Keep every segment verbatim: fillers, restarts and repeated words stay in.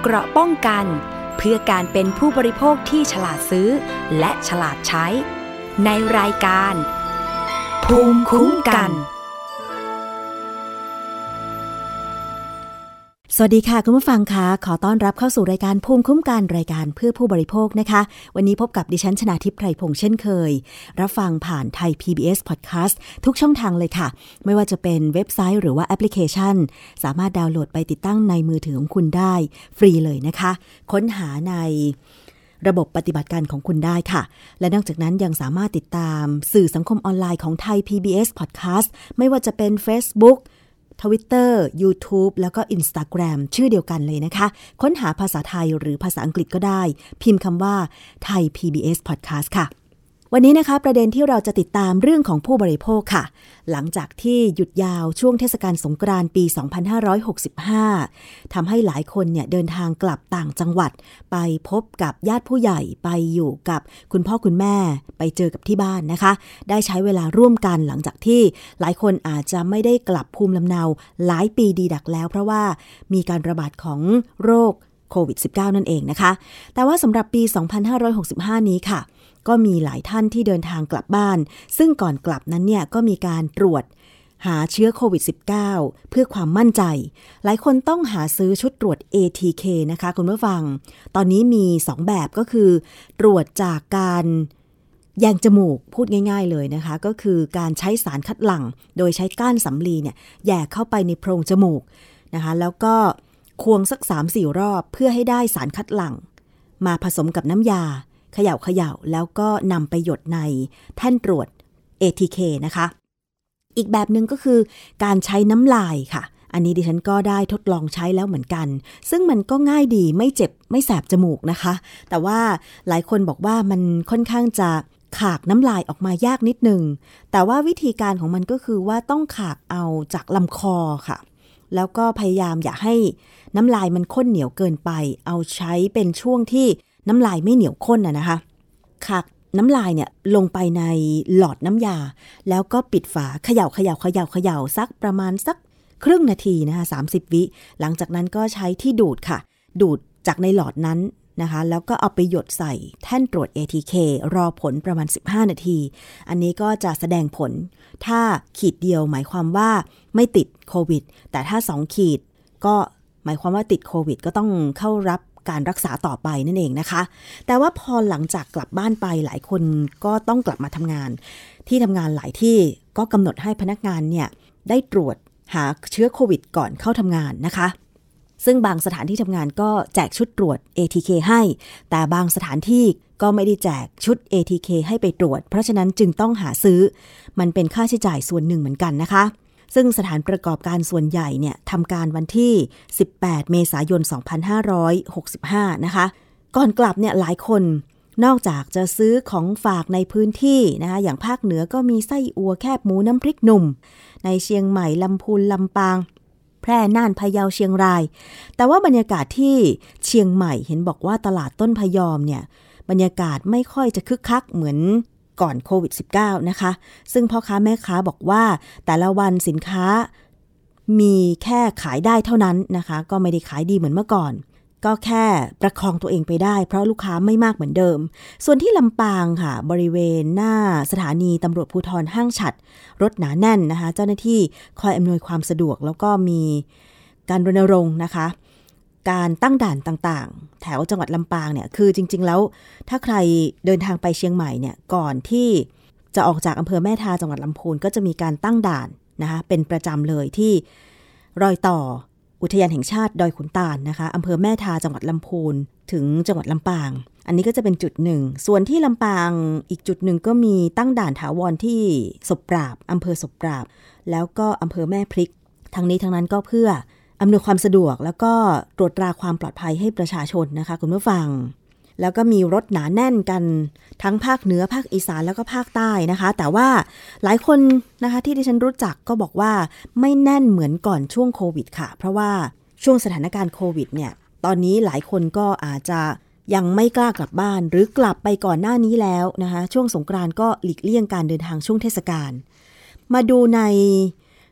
เกราะป้องกันเพื่อการเป็นผู้บริโภคที่ฉลาดซื้อและฉลาดใช้ในรายการภูมิคุ้มกันสวัสดีค่ะคุณผู้ฟังคะขอต้อนรับเข้าสู่รายการภูมิคุ้มกันรายการเพื่อผู้บริโภคนะคะวันนี้พบกับดิฉันชนาทิพย์ไพรพงษ์เช่นเคยรับฟังผ่านไทย พี บี เอส Podcast ทุกช่องทางเลยค่ะไม่ว่าจะเป็นเว็บไซต์หรือว่าแอปพลิเคชันสามารถดาวน์โหลดไปติดตั้งในมือถือของคุณได้ฟรีเลยนะคะค้นหาในระบบปฏิบัติการของคุณได้ค่ะและนอกจากนั้นยังสามารถติดตามสื่อสังคมออนไลน์ของไทย พี บี เอส Podcast ไม่ว่าจะเป็น Facebook Twitter YouTube แล้วก็ Instagram ชื่อเดียวกันเลยนะคะค้นหาภาษาไทยหรือภาษาอังกฤษก็ได้พิมพ์คำว่าไทย พี บี เอส Podcast ค่ะวันนี้นะคะประเด็นที่เราจะติดตามเรื่องของผู้บริโภคค่ะหลังจากที่หยุดยาวช่วงเทศกาลสงกรานต์ปีสองพันห้าร้อยหกสิบห้าทำให้หลายคนเนี่ยเดินทางกลับต่างจังหวัดไปพบกับญาติผู้ใหญ่ไปอยู่กับคุณพ่อคุณแม่ไปเจอกับที่บ้านนะคะได้ใช้เวลาร่วมกันหลังจากที่หลายคนอาจจะไม่ได้กลับภูมิลำเนาหลายปีดีดักแล้วเพราะว่ามีการระบาดของโรคโควิด สิบเก้า นั่นเองนะคะแต่ว่าสำหรับปีสองพันห้าร้อยหกสิบห้านี้ค่ะก็มีหลายท่านที่เดินทางกลับบ้านซึ่งก่อนกลับนั้นเนี่ยก็มีการตรวจหาเชื้อโควิด สิบเก้า เพื่อความมั่นใจหลายคนต้องหาซื้อชุดตรวจ เอ ที เค นะคะคุณผู้ฟังตอนนี้มีสองแบบก็คือตรวจจากการแยงจมูกพูดง่ายๆเลยนะคะก็คือการใช้สารคัดหลั่งโดยใช้ก้านสำลีเนี่ยแย่เข้าไปในโพรงจมูกนะคะแล้วก็ควงสัก สามถึงสี่ รอบเพื่อให้ได้สารคัดหลั่งมาผสมกับน้ำยาเขย่าเขย่าแล้วก็นำไปหยดในแท่นตรวจ เอ ที เค นะคะอีกแบบหนึ่งก็คือการใช้น้ำลายค่ะอันนี้ดิฉันก็ได้ทดลองใช้แล้วเหมือนกันซึ่งมันก็ง่ายดีไม่เจ็บไม่แสบจมูกนะคะแต่ว่าหลายคนบอกว่ามันค่อนข้างจะขากน้ำลายออกมายากนิดนึงแต่ว่าวิธีการของมันก็คือว่าต้องขากเอาจากลำคอค่ะแล้วก็พยายามอย่าให้น้ำลายมันข้นเหนียวเกินไปเอาใช้เป็นช่วงที่น้ำลายไม่เหนียวข้นน่ะนะคะขากน้ำลายเนี่ยลงไปในหลอดน้ำยาแล้วก็ปิดฝาเขย่าเขย่าเขย่าเขย่าสักประมาณสักครึ่งนาทีนะคะสามสิบวิหลังจากนั้นก็ใช้ที่ดูดค่ะดูดจากในหลอดนั้นนะคะแล้วก็เอาไปหยดใส่แท่นตรวจ เอ ที เค รอผลประมาณสิบห้านาทีอันนี้ก็จะแสดงผลถ้าขีดเดียวหมายความว่าไม่ติดโควิดแต่ถ้าสองขีดก็หมายความว่าติดโควิดก็ต้องเข้ารับการรักษาต่อไปนั่นเองนะคะแต่ว่าพอหลังจากกลับบ้านไปหลายคนก็ต้องกลับมาทำงานที่ทำงานหลายที่ก็กำหนดให้พนักงานเนี่ยได้ตรวจหาเชื้อโควิดก่อนเข้าทำงานนะคะซึ่งบางสถานที่ทำงานก็แจกชุดตรวจ เอ ที เค ให้แต่บางสถานที่ก็ไม่ได้แจกชุด เอ ที เค ให้ไปตรวจเพราะฉะนั้นจึงต้องหาซื้อมันเป็นค่าใช้จ่ายส่วนหนึ่งเหมือนกันนะคะซึ่งสถานประกอบการส่วนใหญ่เนี่ยทำการวันที่สิบแปดเมษายนสองพันห้าร้อยหกสิบห้านะคะก่อนกลับเนี่ยหลายคนนอกจากจะซื้อของฝากในพื้นที่นะคะอย่างภาคเหนือก็มีไส้อั่วแคบหมูน้ำพริกหนุ่มในเชียงใหม่ลำพูนลำปางแพร่น่านพะเยาเชียงรายแต่ว่าบรรยากาศที่เชียงใหม่เห็นบอกว่าตลาดต้นพะยอมเนี่ยบรรยากาศไม่ค่อยจะคึกคักเหมือนก่อนโควิด สิบเก้า นะคะซึ่งพ่อค้าแม่ค้าบอกว่าแต่ละวันสินค้ามีแค่ขายได้เท่านั้นนะคะก็ไม่ได้ขายดีเหมือนเมื่อก่อนก็แค่ประคองตัวเองไปได้เพราะลูกค้าไม่มากเหมือนเดิมส่วนที่ลำปางค่ะบริเวณหน้าสถานีตำรวจภูธรห้างฉัตรรถหนาแน่นนะคะเจ้าหน้าที่คอยอำนวยความสะดวกแล้วก็มีการรณรงค์นะคะการตั้งด่านต่างๆแถวจังหวัดลำปางเนี่ยคือจริงๆแล้วถ้าใครเดินทางไปเชียงใหม่เนี่ยก่อนที่จะออกจากอำเภอแม่ทาจังหวัดลำพูนก็จะมีการตั้งด่านนะคะเป็นประจำเลยที่รอยต่ออุทยานแห่งชาติดอยขุนตาลนะคะอำเภอแม่ทาจังหวัดลำพูนถึงจังหวัดลำปางอันนี้ก็จะเป็นจุดหนึ่งส่วนที่ลำปางอีกจุดหนึ่งก็มีตั้งด่านถาวรที่ศพปราบอำเภอศพปราบแล้วก็อำเภอแม่พริกทั้งนี้ทั้งนั้นก็เพื่ออำนวยความสะดวกแล้วก็ตรวจตราความปลอดภัยให้ประชาชนนะคะคุณผู้ฟังแล้วก็มีรถหนาแน่นกันทั้งภาคเหนือภาคอีสานแล้วก็ภาคใต้นะคะแต่ว่าหลายคนนะคะที่ดิฉันรู้จักก็บอกว่าไม่แน่นเหมือนก่อนช่วงโควิดค่ะเพราะว่าช่วงสถานการณ์โควิดเนี่ยตอนนี้หลายคนก็อาจจะยังไม่กล้ากลับบ้านหรือกลับไปก่อนหน้านี้แล้วนะคะช่วงสงกรานต์ก็หลีกเลี่ยงการเดินทางช่วงเทศกาลมาดูใน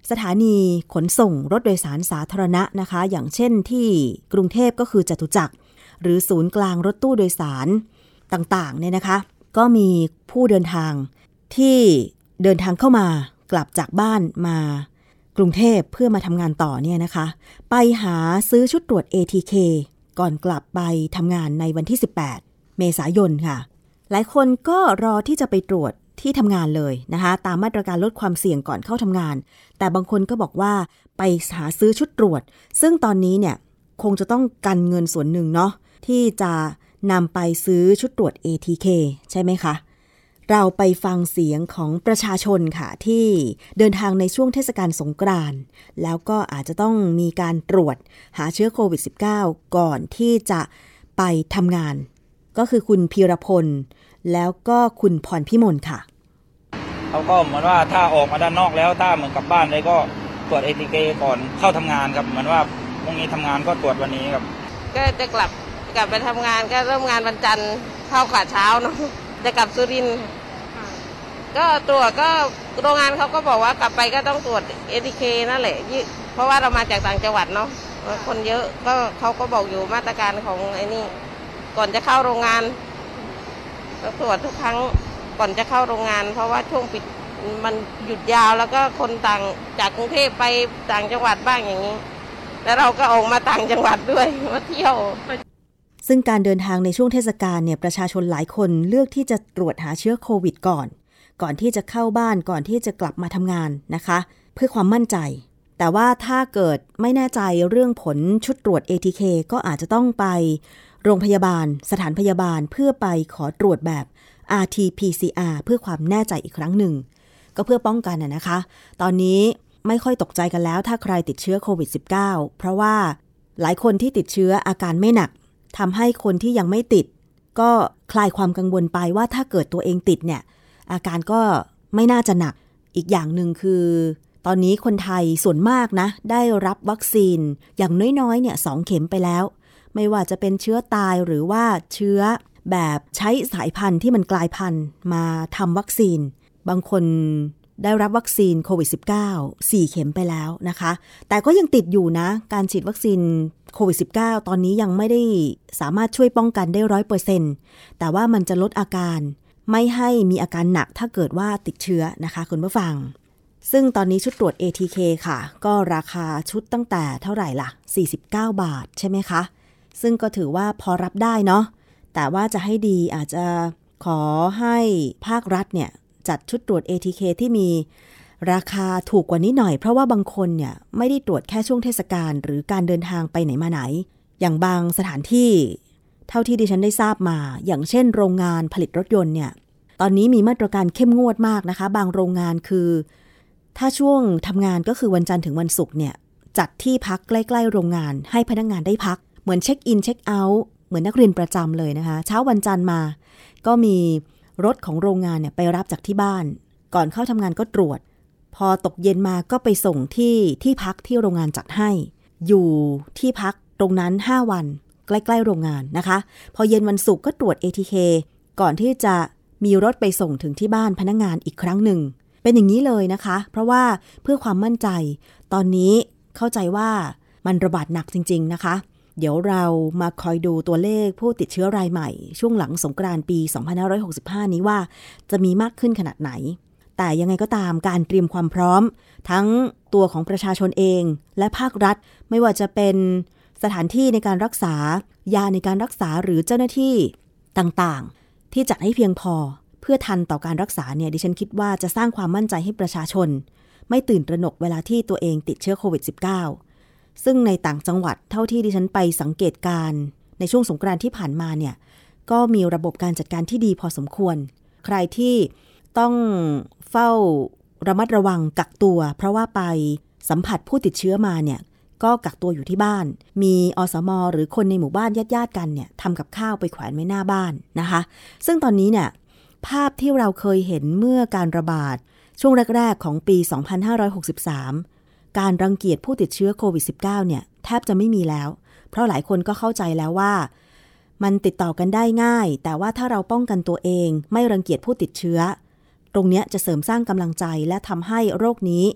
สถานีขนส่งรถโดยสารสาธารณะนะคะอย่างเช่นที่กรุงเทพก็คือจตุจักรหรือศูนย์กลางรถตู้โดยสารต่างๆเนี่ยนะคะก็มีผู้เดินทางที่เดินทางเข้ามากลับจากบ้านมากรุงเทพเพื่อมาทำงานต่อเนี่ยนะคะไปหาซื้อชุดตรวจ เอ ที เค ก่อนกลับไปทำงานในวันที่สิบแปดเมษายนค่ะหลายคนก็รอที่จะไปตรวจที่ทำงานเลยนะคะตามมาตรการลดความเสี่ยงก่อนเข้าทำงานแต่บางคนก็บอกว่าไปหาซื้อชุดตรวจซึ่งตอนนี้เนี่ยคงจะต้องกันเงินส่วนหนึ่งเนาะที่จะนำไปซื้อชุดตรวจ เอ ที เค ใช่ไหมคะเราไปฟังเสียงของประชาชนค่ะที่เดินทางในช่วงเทศกาลสงกรานต์แล้วก็อาจจะต้องมีการตรวจหาเชื้อโควิด สิบเก้า ก่อนที่จะไปทำงานก็คือคุณพีรพลแล้วก็คุณพรพิมลค่ะเขาก็เหมือนว่าถ้าออกมาด้านนอกแล้วถ้าเหมือนกลับบ้านเลยก็ตรวจ เอ ที เค ก่อนเข้าทำงานครับเหมือนว่าพรุ่งนี้ทำงานก็ตรวจวันนี้ครับก็จะกลับกลับไปทำงานก็เริ่มงานวันจันทร์เข้ากะเช้าเนาะจะกลับสุรินทร์ก็ตรวจก็โรงงานเขาก็บอกว่ากลับไปก็ต้องตรวจ เอ ที เค นั่นแหละเพราะว่าเรามาจากต่างจังหวัดเนาะคนเยอะก็เขาก็บอกอยู่มาตรการของไอ้นี่ก่อนจะเข้าโรงงานก็ตรวจทุกครั้งก่อนจะเข้าโรงงานเพราะว่าช่วงปิดมันหยุดยาวแล้วก็คนต่างจากกรุงเทพไปต่างจังหวัดบ้างอย่างนี้แล้วเราก็ออกมาต่างจังหวัดด้วยมาเที่ยวซึ่งการเดินทางในช่วงเทศกาลเนี่ยประชาชนหลายคนเลือกที่จะตรวจหาเชื้อโควิดก่อนก่อนที่จะเข้าบ้านก่อนที่จะกลับมาทำงานนะคะเพื่อความมั่นใจแต่ว่าถ้าเกิดไม่แน่ใจเรื่องผลชุดตรวจ เอ ที เค ก็อาจจะต้องไปโรงพยาบาลสถานพยาบาลเพื่อไปขอตรวจแบบ อาร์ ที พี ซี อาร์ เพื่อความแน่ใจอีกครั้งหนึ่งก็เพื่อป้องกันน่ะนะคะตอนนี้ไม่ค่อยตกใจกันแล้วถ้าใครติดเชื้อโควิด สิบเก้า เพราะว่าหลายคนที่ติดเชื้ออาการไม่หนักทำให้คนที่ยังไม่ติดก็คลายความกังวลไปว่าถ้าเกิดตัวเองติดเนี่ยอาการก็ไม่น่าจะหนักอีกอย่างหนึ่งคือตอนนี้คนไทยส่วนมากนะได้รับวัคซีนอย่างน้อยๆเนี่ยสองเข็มไปแล้วไม่ว่าจะเป็นเชื้อตายหรือว่าเชื้อแบบใช้สายพันธุ์ที่มันกลายพันธุ์มาทำวัคซีนบางคนได้รับวัคซีนโควิด สิบเก้า สี่เข็มไปแล้วนะคะแต่ก็ยังติดอยู่นะการฉีดวัคซีนโควิด สิบเก้า ตอนนี้ยังไม่ได้สามารถช่วยป้องกันได้ ร้อยเปอร์เซ็นต์ แต่ว่ามันจะลดอาการไม่ให้มีอาการหนักถ้าเกิดว่าติดเชื้อนะคะคุณผู้ฟังซึ่งตอนนี้ชุดตรวจ เอ ที เค ค่ะก็ราคาชุดตั้งแต่เท่าไหร่ล่ะสี่สิบเก้าบาทใช่ไหมคะซึ่งก็ถือว่าพอรับได้เนาะแต่ว่าจะให้ดีอาจจะขอให้ภาครัฐเนี่ยจัดชุดตรวจ เอ ที เค ที่มีราคาถูกกว่านี้หน่อยเพราะว่าบางคนเนี่ยไม่ได้ตรวจแค่ช่วงเทศกาลหรือการเดินทางไปไหนมาไหนอย่างบางสถานที่เท่าที่ดิฉันได้ทราบมาอย่างเช่นโรงงานผลิตรถยนต์เนี่ยตอนนี้มีมาตรการเข้มงวดมากนะคะบางโรงงานคือถ้าช่วงทำงานก็คือวันจันทร์ถึงวันศุกร์เนี่ยจัดที่พักใกล้ๆโรงงานให้พนักงานได้พักเหมือนเช็คอินเช็คเอาท์เหมือนนักเรียนประจำเลยนะคะเช้าวันจันทร์มาก็มีรถของโรงงานเนี่ยไปรับจากที่บ้านก่อนเข้าทำงานก็ตรวจพอตกเย็นมาก็ไปส่งที่ที่พักที่โรงงานจัดให้อยู่ที่พักตรงนั้นห้าวันใกล้ๆโรงงานนะคะพอเย็นวันศุกร์ก็ตรวจ เอ ที เค ก่อนที่จะมีรถไปส่งถึงที่บ้านพนักงานอีกครั้งหนึ่งเป็นอย่างนี้เลยนะคะเพราะว่าเพื่อความมั่นใจตอนนี้เข้าใจว่ามันระบาดหนักจริงๆนะคะเดี๋ยวเรามาคอยดูตัวเลขผู้ติดเชื้อรายใหม่ช่วงหลังสงกรานต์ปีสองพันห้าร้อยหกสิบห้านี้ว่าจะมีมากขึ้นขนาดไหนแต่ยังไงก็ตามการเตรียมความพร้อมทั้งตัวของประชาชนเองและภาครัฐไม่ว่าจะเป็นสถานที่ในการรักษายาในการรักษาหรือเจ้าหน้าที่ต่างๆที่จัดให้เพียงพอเพื่อทันต่อการรักษาเนี่ยดิฉันคิดว่าจะสร้างความมั่นใจให้ประชาชนไม่ตื่นตระหนกเวลาที่ตัวเองติดเชื้อโควิด สิบเก้า ซึ่งในต่างจังหวัดเท่าที่ดิฉันไปสังเกตการในช่วงสงกรานต์ที่ผ่านมาเนี่ยก็มีระบบการจัดการที่ดีพอสมควรใครที่ต้องเฝ้าระมัดระวังกักตัวเพราะว่าไปสัมผัสผู้ติดเชื้อมาเนี่ยก็กักตัวอยู่ที่บ้านมีอสม.หรือคนในหมู่บ้านญาติๆกันเนี่ยทำกับข้าวไปแขวนไว้หน้าบ้านนะคะซึ่งตอนนี้เนี่ยภาพที่เราเคยเห็นเมื่อการระบาดช่วงแรกๆของปีสองพันห้าร้อยหกสิบสามการรังเกียจผู้ติดเชื้อโควิด สิบเก้า เนี่ยแทบจะไม่มีแล้วเพราะหลายคนก็เข้าใจแล้วว่ามันติดต่อกันได้ง่ายแต่ว่าถ้าเราป้องกันตัวเองไม่รังเกียจผู้ติดเชื้อตรงนี้จะเสริมสร้างกำลังใจและทำให้โรคนี้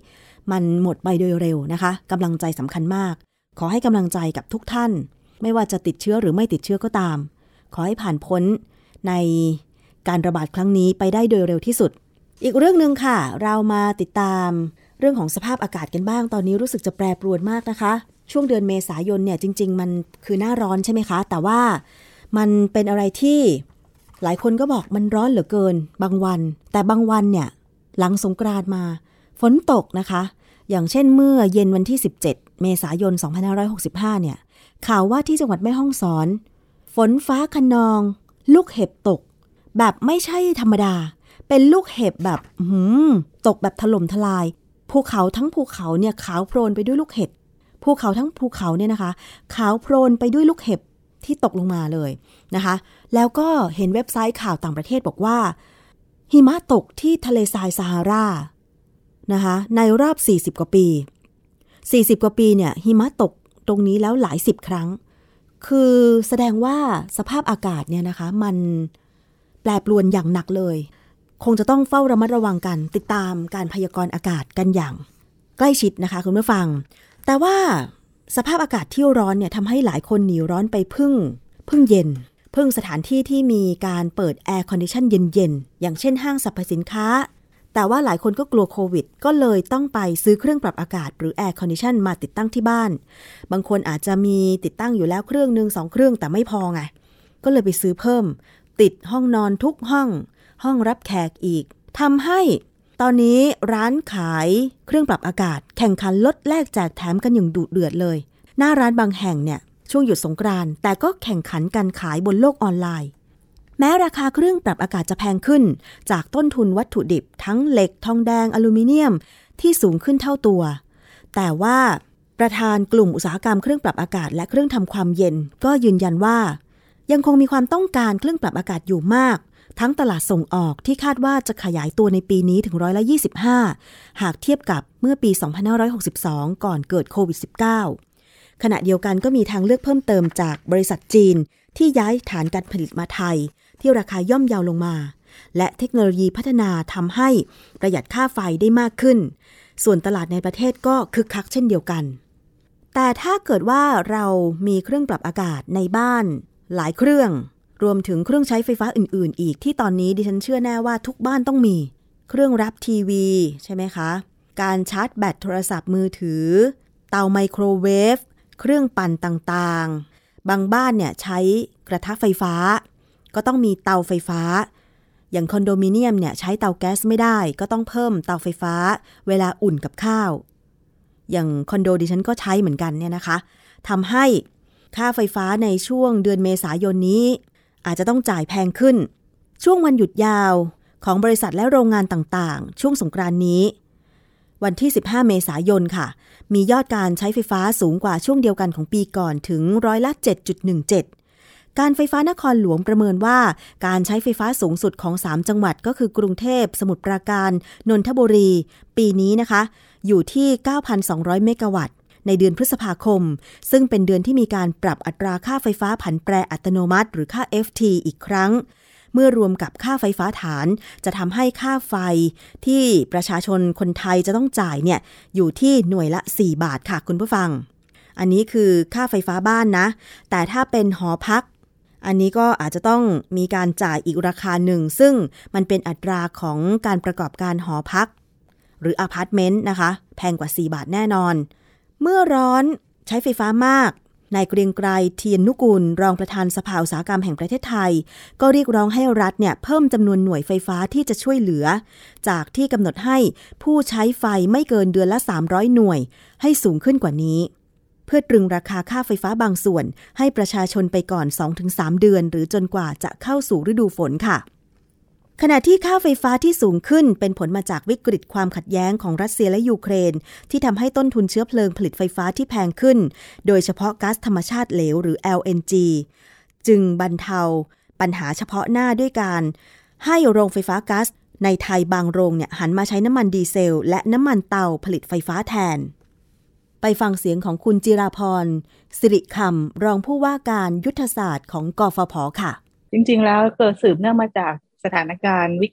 มันหมดไปโดยเร็วนะคะกำลังใจสำคัญมากขอให้กำลังใจกับทุกท่านไม่ว่าจะติดเชื้อหรือไม่ติดเชื้อก็ตามขอให้ผ่านพ้นในการระบาดครั้งนี้ไปได้โดยเร็วที่สุดอีกเรื่องนึงค่ะเรามาติดตามเรื่องของสภาพอากาศกันบ้างตอนนี้รู้สึกจะแปรปรวนมากนะคะช่วงเดือนเมษายนเนี่ยจริงๆมันคือหน้าร้อนใช่ไหมคะแต่ว่ามันเป็นอะไรที่หลายคนก็บอกมันร้อนเหลือเกินบางวันแต่บางวันเนี่ยหลังสงกรานต์มาฝนตกนะคะอย่างเช่นเมื่อเย็นวันที่สิบเจ็ดเมษายนสองพันห้าร้อยหกสิบห้าเนี่ยข่าวว่าที่จังหวัดแม่ฮ่องสอนฝนฟ้าคะนองลูกเห็บตกแบบไม่ใช่ธรรมดาเป็นลูกเห็บแบบหืมตกแบบถล่มทลายภูเขาทั้งภูเขาเนี่ยขาวโพลนไปด้วยลูกเห็บภูเขาทั้งภูเขาเนี่ยนะคะขาวโพลนไปด้วยลูกเห็บที่ตกลงมาเลยนะคะแล้วก็เห็นเว็บไซต์ข่าวต่างประเทศบอกว่าหิมะตกที่ทะเลทรายซาฮารานะคะในรอบสี่สิบกว่าปีสี่สิบกว่าปีเนี่ยหิมะตกตรงนี้แล้วหลายสิบครั้งคือแสดงว่าสภาพอากาศเนี่ยนะคะมันแปรปรวนอย่างหนักเลยคงจะต้องเฝ้าระมัดระวังกันติดตามการพยากรณ์อากาศกันอย่างใกล้ชิดนะคะคุณผู้ฟังแต่ว่าสภาพอากาศที่ร้อนเนี่ยทำให้หลายคนหนีร้อนไปพึ่งพึ่งเย็นพึ่งสถานที่ที่มีการเปิดแอร์คอนดิชันเย็นๆอย่างเช่นห้างสรรพสินค้าแต่ว่าหลายคนก็กลัวโควิดก็เลยต้องไปซื้อเครื่องปรับอากาศหรือแอร์คอนดิชันมาติดตั้งที่บ้านบางคนอาจจะมีติดตั้งอยู่แล้วเครื่องนึงสองเครื่องแต่ไม่พอไงก็เลยไปซื้อเพิ่มติดห้องนอนทุกห้องห้องรับแขกอีกทำให้ตอนนี้ร้านขายเครื่องปรับอากาศแข่งขันลดแลกแจกแถมกันอย่างดุเดือดเลยหน้าร้านบางแห่งเนี่ยช่วงหยุดสงกรานต์แต่ก็แข่งขันกันขายบนโลกออนไลน์แม้ราคาเครื่องปรับอากาศจะแพงขึ้นจากต้นทุนวัตถุดิบทั้งเหล็กทองแดงอลูมิเนียมที่สูงขึ้นเท่าตัวแต่ว่าประธานกลุ่มอุตสาหกรรมเครื่องปรับอากาศและเครื่องทำความเย็นก็ยืนยันว่ายังคงมีความต้องการเครื่องปรับอากาศอยู่มากทั้งตลาดส่งออกที่คาดว่าจะขยายตัวในปีนี้ถึงร้อยละยี่สิบห้าหากเทียบกับเมื่อปีสองพันห้าร้อยหกสิบสองก่อนเกิดโควิด สิบเก้า ขณะเดียวกันก็มีทางเลือกเพิ่มเติมจากบริษัทจีนที่ย้ายฐานการผลิตมาไทยที่ราคาย่อมเยาลงมาและเทคโนโลยีพัฒนาทำให้ประหยัดค่าไฟได้มากขึ้นส่วนตลาดในประเทศก็คึกคักเช่นเดียวกันแต่ถ้าเกิดว่าเรามีเครื่องปรับอากาศในบ้านหลายเครื่องรวมถึงเครื่องใช้ไฟฟ้าอื่นๆอีกที่ตอนนี้ดิฉันเชื่อแน่ว่าทุกบ้านต้องมีเครื่องรับทีวีใช่ไหมคะการชาร์จแบตโทรศัพท์มือถือเตาไมโครเวฟเครื่องปั่นต่างๆบางบ้านเนี่ยใช้กระทะไฟฟ้าก็ต้องมีเตาไฟฟ้าอย่างคอนโดมิเนียมเนี่ยใช้เตาแก๊สไม่ได้ก็ต้องเพิ่มเตาไฟฟ้าเวลาอุ่นกับข้าวอย่างคอนโดดิฉันก็ใช้เหมือนกันเนี่ยนะคะทำให้ค่าไฟฟ้าในช่วงเดือนเมษายนนี้อาจจะต้องจ่ายแพงขึ้นช่วงวันหยุดยาวของบริษัทและโรงงานต่างๆช่วงสงกรานต์นี้วันที่สิบห้าเมษายนค่ะมียอดการใช้ไฟฟ้าสูงกว่าช่วงเดียวกันของปีก่อนถึงร้อยละ เจ็ดจุดหนึ่งเจ็ด การไฟฟ้านครหลวงประเมินว่าการใช้ไฟฟ้าสูงสุดของสามจังหวัดก็คือกรุงเทพสมุทรปราการนนทบุรีปีนี้นะคะอยู่ที่ เก้าพันสองร้อย เมกะวัตต์ในเดือนพฤษภาคมซึ่งเป็นเดือนที่มีการปรับอัตราค่าไฟฟ้าผันแปรอัตโนมัติหรือค่า เอฟ ที อีกครั้งเมื่อรวมกับค่าไฟฟ้าฐานจะทำให้ค่าไฟที่ประชาชนคนไทยจะต้องจ่ายเนี่ยอยู่ที่หน่วยละสี่บาทค่ะคุณผู้ฟังอันนี้คือค่าไฟฟ้าบ้านนะแต่ถ้าเป็นหอพักอันนี้ก็อาจจะต้องมีการจ่ายอีกราคาหนึ่งซึ่งมันเป็นอัตราของการประกอบการหอพักหรืออพาร์ตเมนต์นะคะแพงกว่าสี่บาทแน่นอนเมื่อร้อนใช้ไฟฟ้ามากนายเกรียงไกรเทียนนุกูลรองประธานสภาอุตสาหกรรมแห่งประเทศไทยก็เรียกร้องให้รัฐเนี่ยเพิ่มจำนวนหน่วยไฟฟ้าที่จะช่วยเหลือจากที่กำหนดให้ผู้ใช้ไฟไม่เกินเดือนละสามร้อยหน่วยให้สูงขึ้นกว่านี้เพื่อตรึงราคาค่าไฟฟ้าบางส่วนให้ประชาชนไปก่อน สองถึงสาม เดือนหรือจนกว่าจะเข้าสู่ฤดูฝนค่ะขณะที่ค่าไฟฟ้าที่สูงขึ้นเป็นผลมาจากวิกฤตความขัดแย้งของรัสเซียและยูเครนที่ทำให้ต้นทุนเชื้อเพลิงผลิตไฟฟ้าที่แพงขึ้นโดยเฉพาะก๊าซธรรมชาติเหลวหรือ แอล เอ็น จี จึงบรรเทาปัญหาเฉพาะหน้าด้วยการให้โรงไฟฟ้าก๊าซในไทยบางโรงเนี่ยหันมาใช้น้ำมันดีเซลและน้ำมันเตาผลิตไฟฟ้าแทนไปฟังเสียงของคุณจิราพรสิริคำรองผู้ว่าการยุทธศาสตร์ของกฟผ.ค่ะจริงๆแล้วเกิดสืบเนื่องมาจากสถานการณ์วิกฤต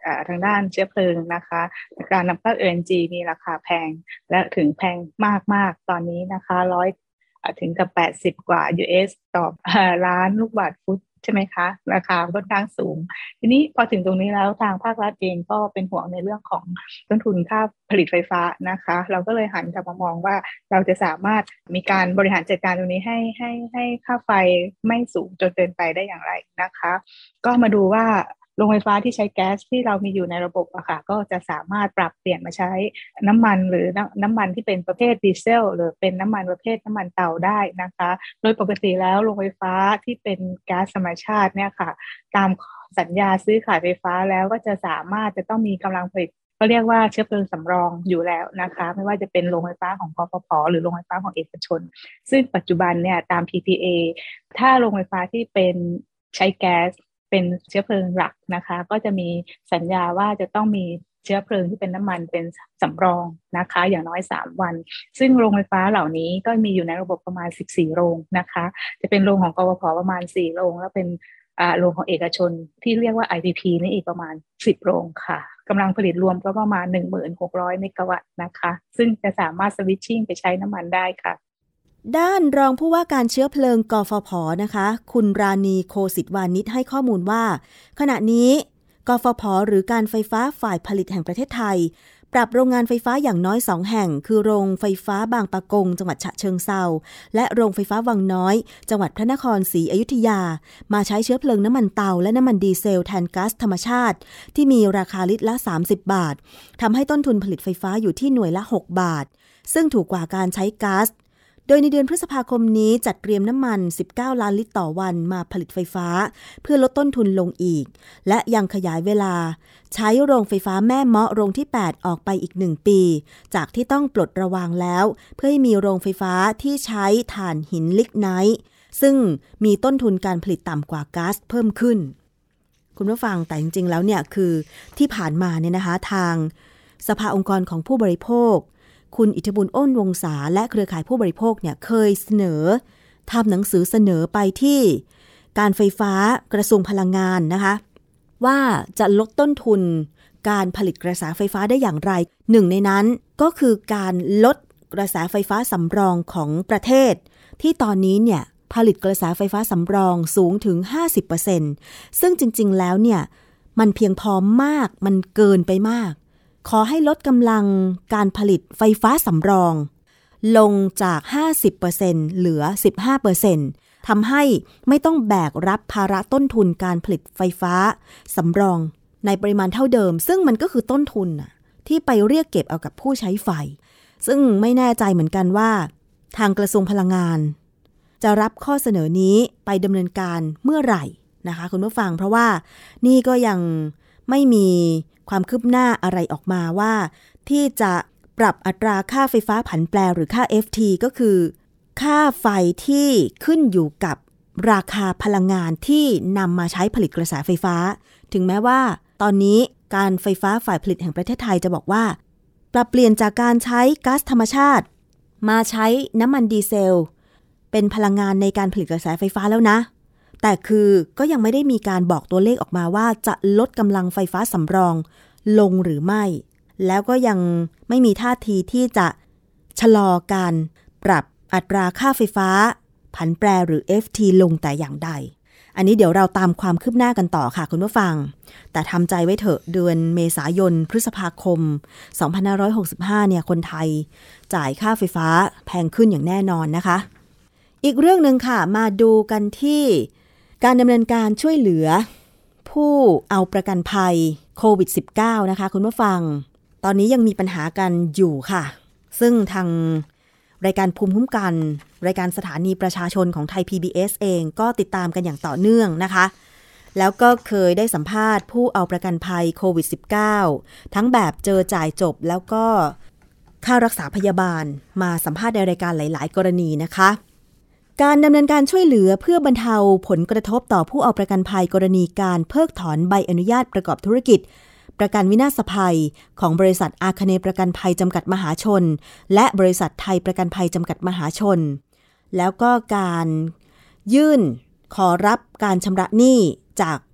ทางด้านเชื้อเพลิงนะคะการนำเข้า เอ แอล เอ็น จี มีราคาแพงและถึงแพงมากๆตอนนี้นะคะร้อยถึงกับแปดสิบกว่า ยู เอส ต่อล้านลูกบาศก์ฟุตใช่ไหมคะราคาค่อนข้างสูงทีนี้พอถึงตรงนี้แล้วทางภาครัฐเองก็เป็นห่วงในเรื่องของต้นทุนค่าผลิตไฟฟ้านะคะเราก็เลยหันกลับมามองว่าเราจะสามารถมีการบริหารจัดการตรงนี้ให้ให้ให้ค่าไฟไม่สูงจนเกินไปได้อย่างไรนะคะก็มาดูว่าโรงไฟฟ้าที่ใช้แก๊สที่เรามีอยู่ในระบบอะค่ะก็จะสามารถปรับเปลี่ยนมาใช้น้ำมันหรือน้ำมันที่เป็นประเภทดีเซลหรือเป็นน้ำมันประเภทน้ำมันเตาได้นะคะโดยปกติแล้วโรงไฟฟ้าที่เป็นก๊าซธรรมชาติเนี่ยค่ะตามสัญญาซื้อขายไฟฟ้าแล้วก็จะสามารถจะต้องมีกำลังผลิตก็เรียกว่าเชื้อเพลิงสำรองอยู่แล้วนะคะไม่ว่าจะเป็นโรงไฟฟ้าของกฟผ.หรือโรงไฟฟ้าของเอกชนซึ่งปัจจุบันเนี่ยตาม พี พี เอ ถ้าโรงไฟฟ้าที่เป็นใช้แก๊สเป็นเชื้อเพลิงหลักนะคะก็จะมีสัญญาว่าจะต้องมีเชื้อเพลิงที่เป็นน้ำมันเป็นสำรองนะคะอย่างน้อยสามวันซึ่งโรงไฟฟ้าเหล่านี้ก็มีอยู่ในระบบประมาณสิบสี่โรงนะคะจะเป็นโรงของกฟผ.ประมาณสี่โรงแล้วเป็นอ่าโรงของเอกชนที่เรียกว่า ไอ พี พี นี่อีกประมาณสิบโรงค่ะกำลังผลิตรวมก็ประมาณ หนึ่งพันหกร้อย เมกะวัตต์นะคะซึ่งจะสามารถสวิตชิ่งไปใช้น้ำมันได้ค่ะด้านรองผู้ว่าการเชื้อเพลิงกฟผ.นะคะคุณราณีโคสิทธิ์วานิชให้ข้อมูลว่าขณะนี้กฟผ.หรือการไฟฟ้าฝ่ายผลิตแห่งประเทศไทยปรับโรงงานไฟฟ้าอย่างน้อยสองแห่งคือโรงไฟฟ้าบางปะกงจังหวัดฉะเชิงเทราและโรงไฟฟ้าวังน้อยจังหวัดพระนครศรีอยุธยามาใช้เชื้อเพลิงน้ำมันเตาและน้ำมันดีเซลแทนก๊าซธรรมชาติที่มีราคาลิตรละสามสิบบาททำให้ต้นทุนผลิตไฟฟ้าอยู่ที่หน่วยละหกบาทซึ่งถูกกว่าการใช้ก๊าซโดยในเดือนพฤษภาคมนี้จัดเตรียมน้ำมันสิบเก้าล้านลิตรต่อวันมาผลิตไฟฟ้าเพื่อลดต้นทุนลงอีกและยังขยายเวลาใช้โรงไฟฟ้าแม่เมาะโรงที่แปดออกไปอีกหนึ่งปีจากที่ต้องปลดระวางแล้วเพื่อให้มีโรงไฟฟ้าที่ใช้ถ่านหินลิกไนท์ซึ่งมีต้นทุนการผลิตต่ำกว่าก๊าซเพิ่มขึ้นคุณผู้ฟังแต่จริงๆแล้วเนี่ยคือที่ผ่านมาเนี่ยนะคะทางสภาองค์กรของผู้บริโภคคุณอิทธิบุญอ้นวงศาและเครือข่ายผู้บริโภคเนี่ยเคยเสนอทำหนังสือเสนอไปที่การไฟฟ้ากระทรวงพลังงานนะคะว่าจะลดต้นทุนการผลิตกระแสไฟฟ้าได้อย่างไรหนึ่งในนั้นก็คือการลดกระแสไฟฟ้าสำรองของประเทศที่ตอนนี้เนี่ยผลิตกระแสไฟฟ้าสำรองสูงถึง ห้าสิบเปอร์เซ็นต์ ซึ่งจริงๆแล้วเนี่ยมันเพียงพอมากมันเกินไปมากขอให้ลดกำลังการผลิตไฟฟ้าสำรองลงจาก ห้าสิบเปอร์เซ็นต์ เหลือ สิบห้าเปอร์เซ็นต์ ทำให้ไม่ต้องแบกรับภาระต้นทุนการผลิตไฟฟ้าสำรองในปริมาณเท่าเดิมซึ่งมันก็คือต้นทุนน่ะที่ไปเรียกเก็บเอากับผู้ใช้ไฟซึ่งไม่แน่ใจเหมือนกันว่าทางกระทรวงพลังงานจะรับข้อเสนอนี้ไปดำเนินการเมื่อไหร่นะคะคุณผู้ฟังเพราะว่านี่ก็ยังไม่มีความคืบหน้าอะไรออกมาว่าที่จะปรับอัตราค่าไฟฟ้าผันแปรหรือค่า เอฟ ที ก็คือค่าไฟที่ขึ้นอยู่กับราคาพลังงานที่นำมาใช้ผลิตกระแสไฟฟ้าถึงแม้ว่าตอนนี้การไฟฟ้าฝ่ายผลิตแห่งประเทศไทยจะบอกว่าปรับเปลี่ยนจากการใช้ก๊าซธรรมชาติมาใช้น้ำมันดีเซลเป็นพลังงานในการผลิตกระแสไฟฟ้าแล้วนะแต่คือก็ยังไม่ได้มีการบอกตัวเลขออกมาว่าจะลดกำลังไฟฟ้าสำรองลงหรือไม่แล้วก็ยังไม่มีท่าทีที่จะชะลอการปรับอัตราค่าไฟฟ้าผันแปรหรือ เอฟ ที ลงแต่อย่างใดอันนี้เดี๋ยวเราตามความคืบหน้ากันต่อค่ะคุณผู้ฟังแต่ทำใจไว้เถอะเดือนเมษายนพฤษภาคมสองพันห้าร้อยหกสิบห้าเนี่ยคนไทยจ่ายค่าไฟฟ้าแพงขึ้นอย่างแน่นอนนะคะอีกเรื่องนึงค่ะมาดูกันที่การดำเนินการช่วยเหลือผู้เอาประกันภัยโควิด สิบเก้า นะคะคุณผู้ฟังตอนนี้ยังมีปัญหากันอยู่ค่ะซึ่งทางรายการภูมิคุ้มกันรายการสถานีประชาชนของไทย พี บี เอส เองก็ติดตามกันอย่างต่อเนื่องนะคะแล้วก็เคยได้สัมภาษณ์ผู้เอาประกันภัยโควิด สิบเก้า ทั้งแบบเจอจ่ายจบแล้วก็ค่ารักษาพยาบาลมาสัมภาษณ์ในรายการหลายๆกรณีนะคะการดำเนินการช่วยเหลือเพื่อบรรเทาผลกระทบต่อผู้เอาประกันภัยกรณีการเพิกถอนใบอนุญาตประกอบธุรกิจประกันวินาศภัยของบริษัทอาคเนย์ประกันภัยจำกัดมหาชนและบริษัทไทยประกันภัยจำกัดมหาชนแล้วก็การยื่นขอรับการชำระหนี้จาก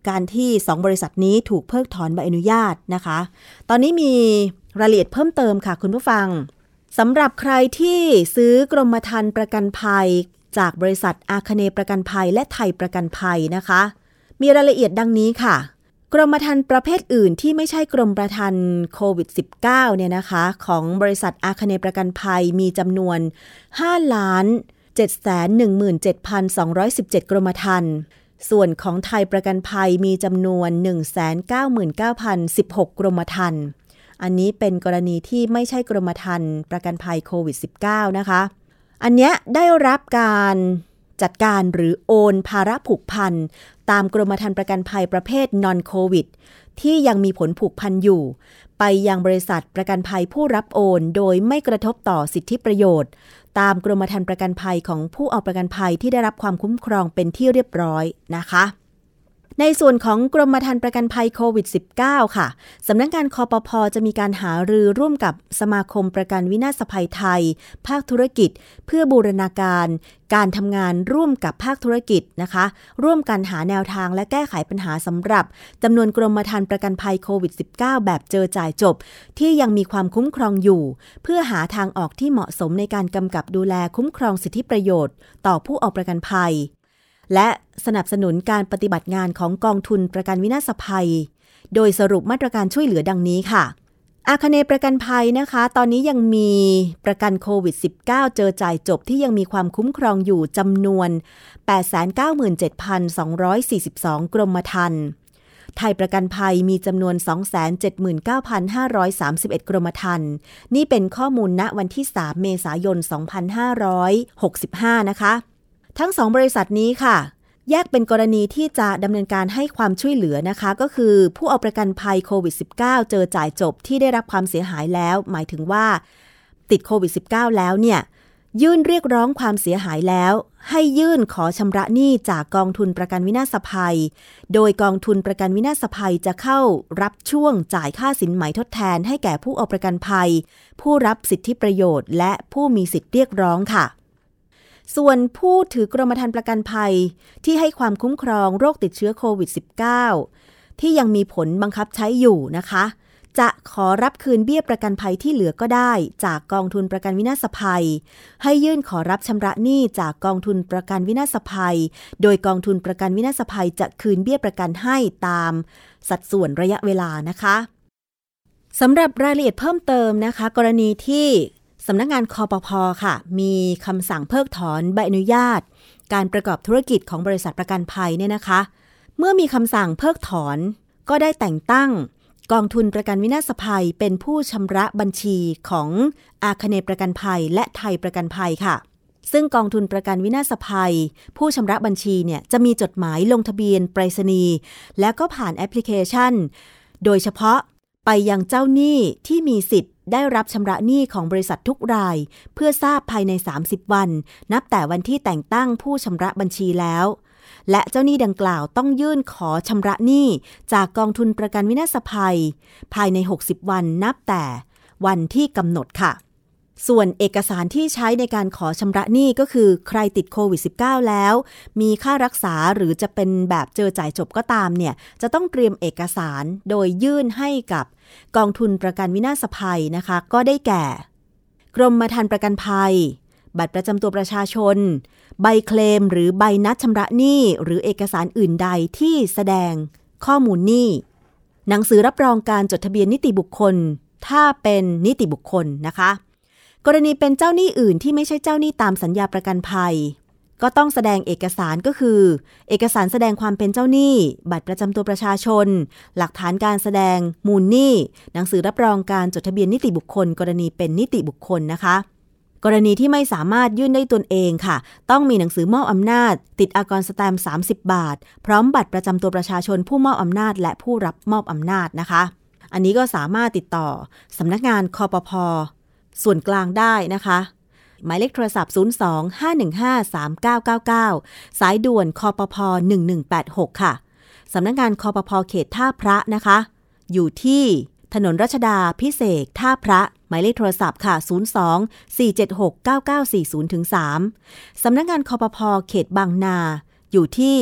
การที่สองบริษัทนี้ถูกเพิกถอนใบอนุญาตนะคะตอนนี้มีรายละเอียดเพิ่มเติมค่ะคุณผู้ฟังสำหรับใครที่ซื้อกรมธรรม์ประกันภัยจากบริษัทอาคเนย์ประกันภัยและไทยประกันภัยนะคะมีรายละเอียดดังนี้ค่ะกรมธรรม์ประเภทอื่นที่ไม่ใช่กรมธรรม์โควิด สิบเก้า เนี่ยนะคะของบริษัทอาคเนย์ประกันภัยมีจำนวน ห้าล้านเจ็ดแสนหนึ่งหมื่นเจ็ดพันสองร้อยสิบเจ็ด กรมธรรม์ส่วนของไทยประกันภัยมีจำนวน หนึ่งแสนเก้าหมื่นเก้าพันสิบหก กรมธรรม์อันนี้เป็นกรณีที่ไม่ใช่กรมธรรม์ประกันภัยโควิด สิบเก้า นะคะอันเนี้ยได้รับการจัดการหรือโอนภาระผูกพันตามกรมธรรม์ประกันภัยประเภท non covid ที่ยังมีผลผูกพันอยู่ไปยังบริษัทประกันภัยผู้รับโอนโดยไม่กระทบต่อสิทธิประโยชน์ตามกรมธรรม์ประกันภัยของผู้เอาประกันภัยที่ได้รับความคุ้มครองเป็นที่เรียบร้อยนะคะในส่วนของกรมธรรม์ประกันภัยโควิด สิบเก้า ค่ะสำนักงานคปภ.จะมีการหารือร่วมกับสมาคมประกันวินาศภัยไทยภาคธุรกิจเพื่อบูรณาการการทำงานร่วมกับภาคธุรกิจนะคะร่วมกันหาแนวทางและแก้ไขปัญหาสำหรับจำนวนกรมธรรม์ประกันภัยโควิด สิบเก้า แบบเจอจ่ายจบที่ยังมีความคุ้มครองอยู่เพื่อหาทางออกที่เหมาะสมในการกำกับดูแลคุ้มครองสิทธิประโยชน์ต่อผู้เอาประกันภัยและสนับสนุนการปฏิบัติงานของกองทุนประกันวินาศภัยโดยสรุปมาตรการช่วยเหลือดังนี้ค่ะอาคเนย์ประกันภัยนะคะตอนนี้ยังมีประกันโควิด สิบเก้า เจอจ่ายจบที่ยังมีความคุ้มครองอยู่จำนวน แปดแสนเก้าหมื่นเจ็ดพันสองร้อยสี่สิบสอง กรมธรรม์ไทยประกันภัยมีจำนวน สองแสนเจ็ดหมื่นเก้าพันห้าร้อยสามสิบเอ็ด กรมธรรม์นี่เป็นข้อมูลณวันที่สามเมษายนสองพันห้าร้อยหกสิบห้านะคะทั้งสองบริษัทนี้ค่ะแยกเป็นกรณีที่จะดำเนินการให้ความช่วยเหลือนะคะก็คือผู้เอาประกันภัยโควิด สิบเก้า เจอจ่ายจบที่ได้รับความเสียหายแล้วหมายถึงว่าติดโควิด สิบเก้า แล้วเนี่ยยื่นเรียกร้องความเสียหายแล้วให้ยื่นขอชำระหนี้จากกองทุนประกันวินาศภัยโดยกองทุนประกันวินาศภัยจะเข้ารับช่วงจ่ายค่าสินไหมทดแทนให้แก่ผู้เอาประกันภัยผู้รับสิทธิประโยชน์และผู้มีสิทธิเรียกร้องค่ะส่วนผู้ถือกรมธรรม์ประกันภัยที่ให้ความคุ้มครองโรคติดเชื้อโควิด สิบเก้า ที่ยังมีผลบังคับใช้อยู่นะคะจะขอรับคืนเบี้ยประกันภัยที่เหลือก็ได้จากกองทุนประกันวินาศภัยให้ยื่นขอรับชำระหนี้จากกองทุนประกันวินาศภัยโดยกองทุนประกันวินาศภัยจะคืนเบี้ยประกันให้ตามสัดส่วนระยะเวลานะคะสำหรับรายละเอียดเพิ่มเติมนะคะกรณีที่สำนักงานคปภ.ค่ะมีคำสั่งเพิกถอนใบอนุญาตการประกอบธุรกิจของบริษัทประกันภัยเนี่ยนะคะเมื่อมีคำสั่งเพิกถอนก็ได้แต่งตั้งกองทุนประกันวินาศภัยเป็นผู้ชำระบัญชีของอาคเนย์ประกันภัยและไทยประกันภัยค่ะซึ่งกองทุนประกันวินาศภัยผู้ชำระบัญชีเนี่ยจะมีจดหมายลงทะเบียนไปรษณีย์และก็ผ่านแอปพลิเคชันโดยเฉพาะไปยังเจ้าหนี้ที่มีสิทธิ์ได้รับชำระหนี้ของบริษัททุกรายเพื่อทราบภายในสามสิบวันนับแต่วันที่แต่งตั้งผู้ชำระบัญชีแล้วและเจ้าหนี้ดังกล่าวต้องยื่นขอชำระหนี้จากกองทุนประกันวินาศภัยภายในหกสิบวันนับแต่วันที่กำหนดค่ะส่วนเอกสารที่ใช้ในการขอชำระหนี้ก็คือใครติดโควิด สิบเก้า แล้วมีค่ารักษาหรือจะเป็นแบบเจอจ่ายจบก็ตามเนี่ยจะต้องเตรียมเอกสารโดยยื่นให้กับกองทุนประกันวินาศภัยนะคะก็ได้แก่กรมธรรม์ประกันภัยบัตรประจำตัวประชาชนใบเคลมหรือใบนัดชำระหนี้หรือเอกสารอื่นใดที่แสดงข้อมูลหนี้หนังสือรับรองการจดทะเบียนนิติบุคคลถ้าเป็นนิติบุคคลนะคะกรณีเป็นเจ้าหนี้อื่นที่ไม่ใช่เจ้าหนี้ตามสัญญาประกันภัยก็ต้องแสดงเอกสารก็คือเอกสารแสดงความเป็นเจ้าหนี้บัตรประจำตัวประชาชนหลักฐานการแสดงมูลหนี้หนังสือรับรองการจดทะเบียนนิติบุคคลกรณีเป็นนิติบุคคลนะคะกรณีที่ไม่สามารถยื่นได้ตนเองค่ะต้องมีหนังสือมอบอำนาจติดอากรสแตมป์สามสิบบาทพร้อมบัตรประจำตัวประชาชนผู้มอบอำนาจและผู้รับมอบอำนาจนะคะอันนี้ก็สามารถติดต่อสำนักงานคปภ.ส่วนกลางได้นะคะหมายเลขโทรศัพท์ ศูนย์ สอง ห้า หนึ่ง ห้า สาม เก้า เก้า เก้า สายด่วนคปภ. หนึ่ง หนึ่ง แปด หกค่ะสำนักงานคปภ.เขตท่าพระนะคะอยู่ที่ถนนรัชดาพิเศษท่าพระหมายเลขโทรศัพท์ค่ะ ศูนย์ สอง สี่ เจ็ด หก เก้า เก้า สี่ ศูนย์ สาม สำนักงานคปภ.เขตบางนาอยู่ที่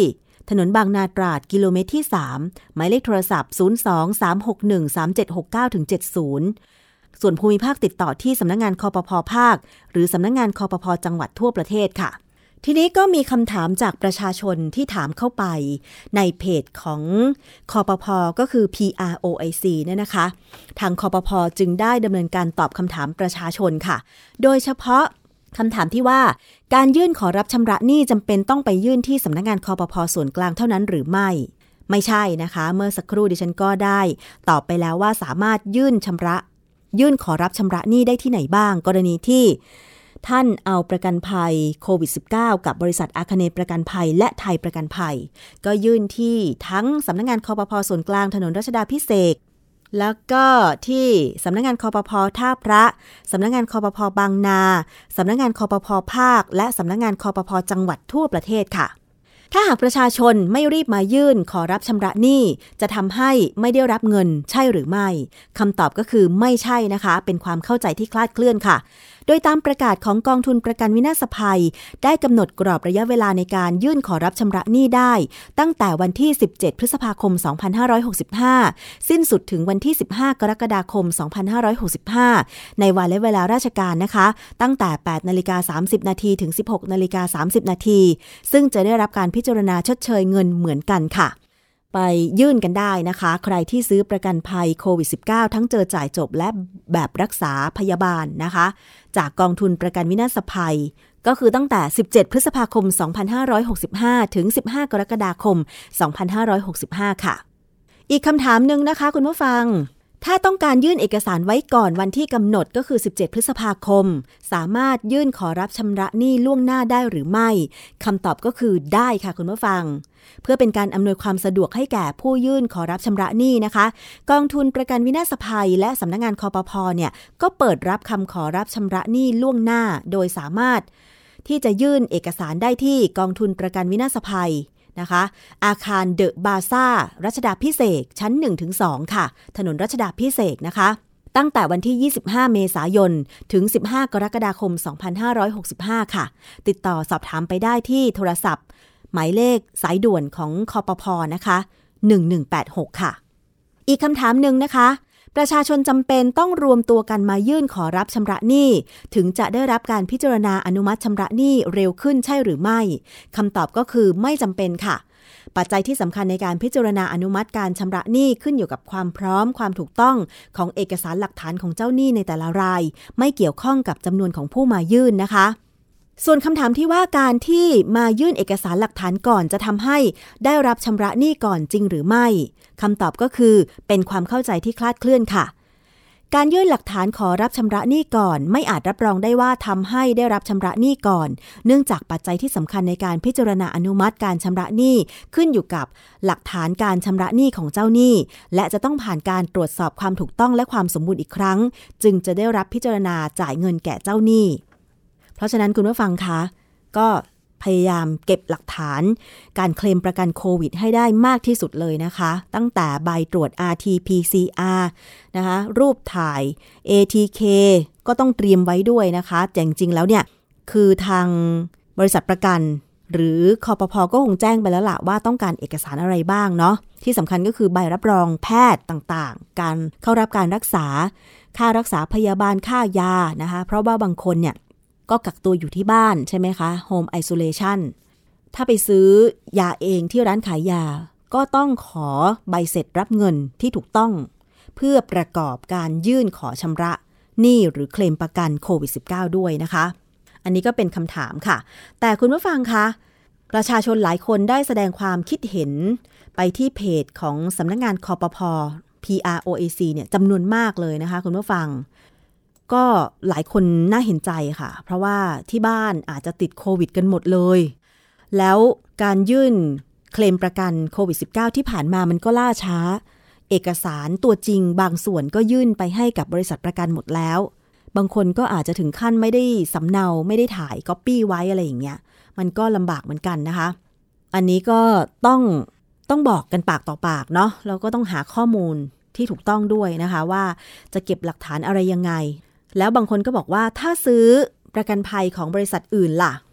ถนนบางนาตราดกิโลเมตรที่สามหมายเลขโทรศัพท์ศูนย์ สอง สาม หก หนึ่ง สาม เจ็ด หก เก้า เจ็ด ศูนย์ส่วนภูมิภาคติดต่อที่สำนักงานคปภ.ภาคหรือสำนักงานคปภ.จังหวัดทั่วประเทศค่ะทีนี้ก็มีคำถามจากประชาชนที่ถามเข้าไปในเพจของคปภ.ก็คือ พี อาร์ โอ ไอ ซี เนี่ยนะคะทางคปภ.จึงได้ดำเนินการตอบคำถามประชาชนค่ะโดยเฉพาะคำถามที่ว่าการยื่นขอรับชำระหนี้จำเป็นต้องไปยื่นที่สำนักงานคปภ.ส่วนกลางเท่านั้นหรือไม่ไม่ใช่นะคะเมื่อสักครู่ดิฉันก็ได้ตอบไปแล้วว่าสามารถยื่นชำระยื่นขอรับชำระหนี้ได้ที่ไหนบ้างกรณีที่ท่านเอาประกันภัยโควิด สิบเก้า กับบริษัทอาคเนย์ประกันภัยและไทยประกันภัยก็ยื่นที่ทั้งสำนักงานคปภ.ส่วนกลางถนนรัชดาภิเษกแล้วก็ที่สำนักงานคปภ.ท่าพระสำนักงานคปภ.บางนาสำนักงานคปภ.ภาคและสำนักงานคปภ.จังหวัดทั่วประเทศค่ะถ้าหากประชาชนไม่รีบมายื่นขอรับชำระหนี้จะทำให้ไม่ได้รับเงินใช่หรือไม่คำตอบก็คือไม่ใช่นะคะเป็นความเข้าใจที่คลาดเคลื่อนค่ะโดยตามประกาศของกองทุนประกันวินาศภัยได้กำหนดกรอบระยะเวลาในการยื่นขอรับชำระหนี้ได้ตั้งแต่วันที่สิบเจ็ดพฤษภาคมสองพันห้าร้อยหกสิบห้าสิ้นสุดถึงวันที่สิบห้ากรกฎาคมสองพันห้าร้อยหกสิบห้าในวันและเวลาราชการนะคะตั้งแต่ แปดนาฬิกาสามสิบนาทีถึง สิบหกนาฬิกาสามสิบนาทีซึ่งจะได้รับการพิจารณาชดเชยเงินเหมือนกันค่ะไปยื่นกันได้นะคะใครที่ซื้อประกันภัยโควิด สิบเก้า ทั้งเจอจ่ายจบและแบบรักษาพยาบาลนะคะจากกองทุนประกันวินาศภัยก็คือตั้งแต่สิบเจ็ดพฤษภาคมสองพันห้าร้อยหกสิบห้าถึงสิบห้ากรกฎาคมสองพันห้าร้อยหกสิบห้าค่ะอีกคำถามนึงนะคะคุณผู้ฟังถ้าต้องการยื่นเอกสารไว้ก่อนวันที่กำหนดก็คือสิบเจ็ดพฤษภาคมสามารถยื่นขอรับชำระหนี้ล่วงหน้าได้หรือไม่คำตอบก็คือได้ค่ะคุณผู้ฟังเพื่อเป็นการอำนวยความสะดวกให้แก่ผู้ยื่นขอรับชำระหนี้นะคะกองทุนประกันวินาศภัยและสำนักงานคปภ.เนี่ยก็เปิดรับคำขอรับชำระหนี้ล่วงหน้าโดยสามารถที่จะยื่นเอกสารได้ที่กองทุนประกันวินาศภัยนะคะอาคารเดอะบาซ่ารัชดาภิเษกชั้น หนึ่งถึงสอง ค่ะถนนรัชดาภิเษกนะคะตั้งแต่วันที่ยี่สิบห้าเมษายนถึงสิบห้ากรกฎาคมสองพันห้าร้อยหกสิบห้าค่ะติดต่อสอบถามไปได้ที่โทรศัพท์หมายเลขสายด่วนของคปภ.นะคะหนึ่งหนึ่งแปดหกค่ะอีกคำถามหนึ่งนะคะประชาชนจำเป็นต้องรวมตัวกันมายื่นขอรับชำระหนี้ถึงจะได้รับการพิจารณาอนุมัติชำระหนี้เร็วขึ้นใช่หรือไม่คำตอบก็คือไม่จำเป็นค่ะปัจจัยที่สำคัญในการพิจารณาอนุมัติการชำระหนี้ขึ้นอยู่กับความพร้อมความถูกต้องของเอกสารหลักฐานของเจ้าหนี้ในแต่ละรายไม่เกี่ยวข้องกับจำนวนของผู้มายื่นนะคะส่วนคำถามที่ว่าการที่มายื่นเอกสารหลักฐานก่อนจะทำให้ได้รับชำระหนี้ก่อนจริงหรือไม่คำตอบก็คือเป็นความเข้าใจที่คลาดเคลื่อนค่ะการยื่นหลักฐานขอรับชำระหนี้ก่อนไม่อาจรับรองได้ว่าทำให้ได้รับชำระหนี้ก่อนเนื่องจากปัจจัยที่สำคัญในการพิจารณาอนุมัติการชำระหนี้ขึ้นอยู่กับหลักฐานการชำระหนี้ของเจ้าหนี้และจะต้องผ่านการตรวจสอบความถูกต้องและความสมบูรณ์อีกครั้งจึงจะได้รับพิจารณาจ่ายเงินแก่เจ้าหนี้เพราะฉะนั้นคุณผู้ฟังคะก็พยายามเก็บหลักฐานการเคลมประกันโควิดให้ได้มากที่สุดเลยนะคะตั้งแต่ใบตรวจ อาร์ ที พี ซี อาร์ นะคะรูปถ่าย เอ ที เค ก็ต้องเตรียมไว้ด้วยนะคะแต่จริงๆแล้วเนี่ยคือทางบริษัทประกันหรือคปภ.ก็คงแจ้งไปแล้วล่ะว่าต้องการเอกสารอะไรบ้างเนาะที่สำคัญก็คือใบรับรองแพทย์ต่างๆการเข้ารับการรักษาค่ารักษาพยาบาลค่ายานะคะเพราะว่าบางคนเนี่ยก็กักตัวอยู่ที่บ้านใช่ไหมคะ Home Isolation ถ้าไปซื้อยาเองที่ร้านขายยาก็ต้องขอใบเสร็จรับเงินที่ถูกต้องเพื่อประกอบการยื่นขอชำระหนี้หรือเคลมประกันโควิด สิบเก้า ด้วยนะคะอันนี้ก็เป็นคำถามค่ะแต่คุณผู้ฟังคะประชาชนหลายคนได้แสดงความคิดเห็นไปที่เพจของสำนักงานคปภ. พี อาร์ โอ ไอ ซี เนี่ยจำนวนมากเลยนะคะคุณผู้ฟังก็หลายคนน่าเห็นใจค่ะเพราะว่าที่บ้านอาจจะติดโควิดกันหมดเลยแล้วการยื่นเคลมประกันโควิด สิบเก้า ที่ผ่านมามันก็ล่าช้าเอกสารตัวจริงบางส่วนก็ยื่นไปให้กับบริษัทประกันหมดแล้วบางคนก็อาจจะถึงขั้นไม่ได้สำเนาไม่ได้ถ่ายก๊อปปี้ไว้อะไรอย่างเงี้ยมันก็ลำบากเหมือนกันนะคะอันนี้ก็ต้องต้องบอกกันปากต่อปากเนาะแล้วก็ต้องหาข้อมูลที่ถูกต้องด้วยนะคะว่าจะเก็บหลักฐานอะไรยังไงแล้วบางคนก็บอกว่าถ้าซื้อประกันภัยของบริษัทอื่นล่ะ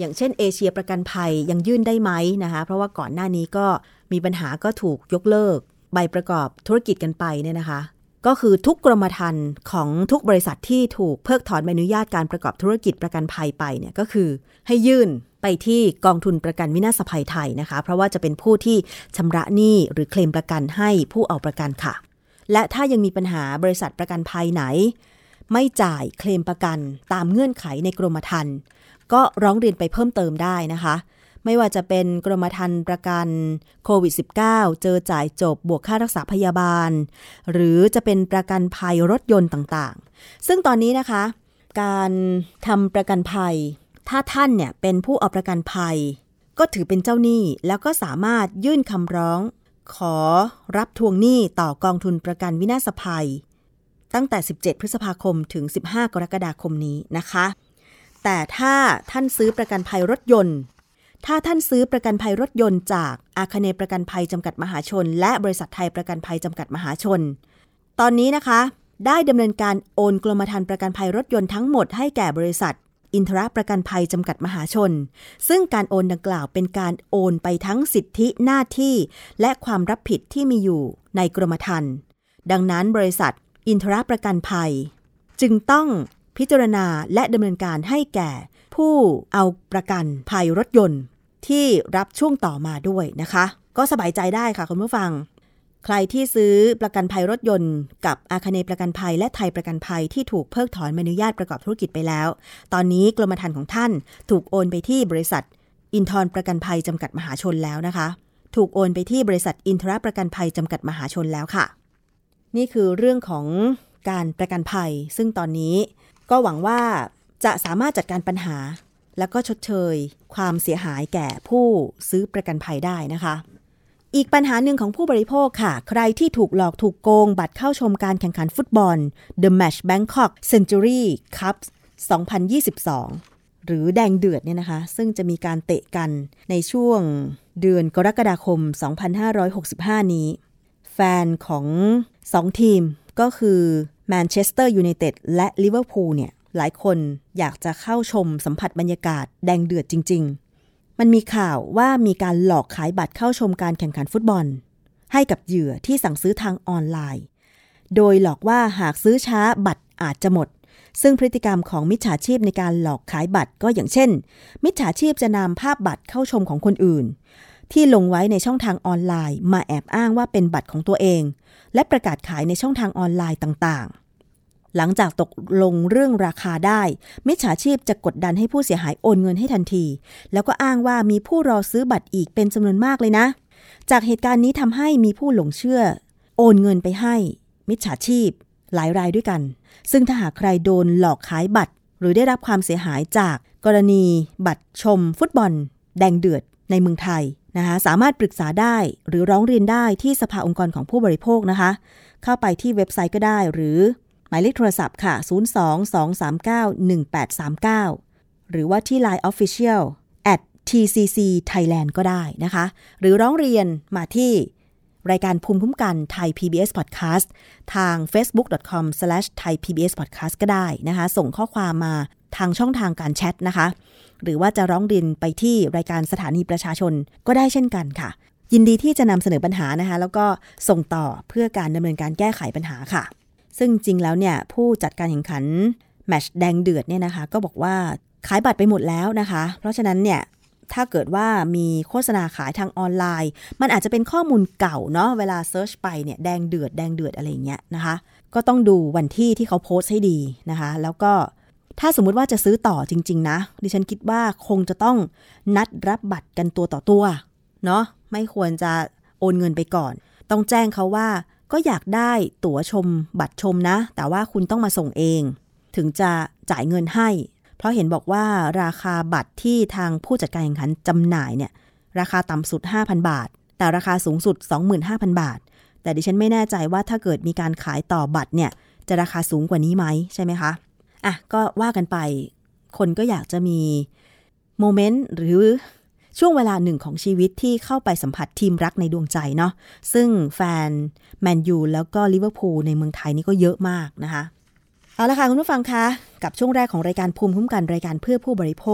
อย่างเช่นเอเชียประกันภัยยังยื่นได้ไหมนะคะเพราะว่าก่อนหน้านี้ก็มีปัญหาก็ถูกยกเลิกใบประกอบธุรกิจกันไปเนี่ยนะคะก็คือทุกกรมธรรม์ของทุกบริษัทที่ถูกเพิกถอนใบอนุญาตการประกอบธุรกิจประกันภัยไปเนี่ยก็คือให้ยื่นไปที่กองทุนประกันวินาศภัยไทยนะคะเพราะว่าจะเป็นผู้ที่ชำระหนี้หรือเคลมประกันให้ผู้เอาประกันค่ะและถ้ายังมีปัญหาบริษัทประกันภัยไหนไม่จ่ายเคลมประกันตามเงื่อนไขในกรมธรรม์ก็ร้องเรียนไปเพิ่มเติมได้นะคะไม่ว่าจะเป็นกรมธรรม์ประกันโควิด สิบเก้า เจอจ่ายจบบวกค่ารักษาพยาบาลหรือจะเป็นประกันภัยรถยนต์ต่างๆซึ่งตอนนี้นะคะการทำประกันภัยถ้าท่านเนี่ยเป็นผู้เอาประกันภัยก็ถือเป็นเจ้าหนี้แล้วก็สามารถยื่นคำร้องขอรับทวงหนี้ต่อกองทุนประกันวินาศภัยตั้งแต่สิบเจ็ดพฤษภาคมถึงสิบห้ากรกฎาคมนี้นะคะแต่ถ้าท่านซื้อประกันภัยรถยนต์ถ้าท่านซื้อประกันภัยรถยนต์จากอาคเนย์ประกันภัยจำกัดมหาชนและบริษัทไทยประกันภัยจำกัดมหาชนตอนนี้นะคะได้ดำเนินการโอนกรมธรรม์ประกันภัยรถยนต์ทั้งหมดให้แก่บริษัทอินทราประกันภัยจำกัดมหาชนซึ่งการโอนดังกล่าวเป็นการโอนไปทั้งสิทธิหน้าที่และความรับผิดที่มีอยู่ในกรมธรรม์ดังนั้นบริษัทอินทราประกันภัยจึงต้องพิจารณาและดำเนินการให้แก่ผู้เอาประกันภัยรถยนต์ที่รับช่วงต่อมาด้วยนะคะก็สบายใจได้ค่ะคุณผู้ฟังใครที่ซื้อประกันภัยรถยนต์กับอาคเนย์ประกันภัยและไทยประกันภัยที่ถูกเพิกถอนใบอนุญาตประกอบธุรกิจไปแล้วตอนนี้กรมธรรม์ของท่านถูกโอนไปที่บริษัทอินทรประกันภัยจำกัดมหาชนแล้วนะคะถูกโอนไปที่บริษัทอินทราประกันภัยจำกัดมหาชนแล้วค่ะนี่คือเรื่องของการประกันภัยซึ่งตอนนี้ก็หวังว่าจะสามารถจัดการปัญหาแล้วก็ชดเชยความเสียหายแก่ผู้ซื้อประกันภัยได้นะคะอีกปัญหาหนึ่งของผู้บริโภคค่ะใครที่ถูกหลอกถูกโกงบัตรเข้าชมการแข่งขันฟุตบอล The Match Bangkok Century Cup สองพันยี่สิบสองหรือแดงเดือดเนี่ยนะคะซึ่งจะมีการเตะกันในช่วงเดือนกรกฎาคมสองพันห้าร้อยหกสิบห้านี้แฟนของสองทีมก็คือแมนเชสเตอร์ยูไนเต็ดและลิเวอร์พูลเนี่ยหลายคนอยากจะเข้าชมสัมผัสบรรยากาศแดงเดือดจริงๆมันมีข่าวว่ามีการหลอกขายบัตรเข้าชมการแข่งขันฟุตบอลให้กับเหยื่อที่สั่งซื้อทางออนไลน์โดยหลอกว่าหากซื้อช้าบัตรอาจจะหมดซึ่งพฤติกรรมของมิจฉาชีพในการหลอกขายบัตรก็อย่างเช่นมิจฉาชีพจะนำภาพบัตรเข้าชมของคนอื่นที่ลงไว้ในช่องทางออนไลน์มาแอบอ้างว่าเป็นบัตรของตัวเองและประกาศขายในช่องทางออนไลน์ต่างๆหลังจากตกลงเรื่องราคาได้มิจฉาชีพจะกดดันให้ผู้เสียหายโอนเงินให้ทันทีแล้วก็อ้างว่ามีผู้รอซื้อบัตรอีกเป็นจำนวนมากเลยนะจากเหตุการณ์นี้ทำให้มีผู้หลงเชื่อโอนเงินไปให้มิจฉาชีพหลายรายด้วยกันซึ่งถ้าหากใครโดนหลอกขายบัตรหรือได้รับความเสียหายจากกรณีบัตรชมฟุตบอลแดงเดือดในเมืองไทยนะคะสามารถปรึกษาได้หรือร้องเรียนได้ที่สภาองค์กรของผู้บริโภคนะคะเข้าไปที่เว็บไซต์ก็ได้หรือหมายเลขโทรศัพท์ค่ะศูนย์ สอง สอง สาม เก้า หนึ่ง แปด สาม เก้าหรือว่าที่ ไลน์ Official แอท ที ซี ซี ไทยแลนด์ ก็ได้นะคะหรือร้องเรียนมาที่รายการภูมิคุ้มกันไทย พี บี เอส Podcast ทาง เฟซบุ๊ก ดอท คอม สแลช ไทย พี บี เอส พอดแคสต์ ก็ได้นะคะส่งข้อความมาทางช่องทางการแชทนะคะหรือว่าจะร้องเรียนไปที่รายการสถานีประชาชนก็ได้เช่นกันค่ะยินดีที่จะนำเสนอปัญหานะคะแล้วก็ส่งต่อเพื่อการดำเนินการแก้ไขปัญหาค่ะซึ่งจริงแล้วเนี่ยผู้จัดการแข่งขันแมตช์แดงเดือดเนี่ยนะคะก็บอกว่าขายบัตรไปหมดแล้วนะคะเพราะฉะนั้นเนี่ยถ้าเกิดว่ามีโฆษณาขายทางออนไลน์มันอาจจะเป็นข้อมูลเก่าเนาะเวลาเซิร์ชไปเนี่ยแดงเดือดแดงเดือดอะไรอย่างเงี้ยนะคะก็ต้องดูวันที่ที่เขาโพสต์ให้ดีนะคะแล้วก็ถ้าสมมุติว่าจะซื้อต่อจริงๆนะดิฉันคิดว่าคงจะต้องนัดรับบัตรกันตัวต่อตัวเนาะไม่ควรจะโอนเงินไปก่อนต้องแจ้งเขาว่าก็อยากได้ตั๋วชมบัตรชมนะแต่ว่าคุณต้องมาส่งเองถึงจะจ่ายเงินให้เพราะเห็นบอกว่าราคาบัตรที่ทางผู้จัดการแข่งขันจำหน่ายเนี่ยราคาต่ำสุด ห้าพัน บาทแต่ราคาสูงสุด สองหมื่นห้าพัน บาทแต่ดิฉันไม่แน่ใจว่าถ้าเกิดมีการขายต่อบัตรเนี่ยจะราคาสูงกว่านี้ไหมใช่ไหมคะอ่ะก็ว่ากันไปคนก็อยากจะมีโมเมนต์หรือช่วงเวลาหนึ่งของชีวิตที่เข้าไปสัมผัสทีมรักในดวงใจเนาะซึ่งแฟนแมนยูแล้วก็ลิเวอร์พูลในเมืองไทยนี่ก็เยอะมากนะคะเอาละค่ะคุณผู้ฟังคะกับช่วงแรกของรายการภูมิคุ้มกันรายการเพื่อผู้บริโภค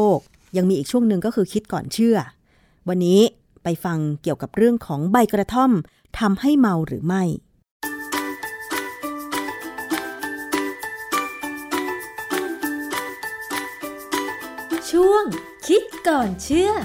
ยังมีอีกช่วงหนึ่งก็คือคิดก่อนเชื่อวันนี้ไปฟังเกี่ยวกับเรื่องของใบกระท่อมทำให้เมาหรือไม่ช่วงคิดก่อนเชื่อ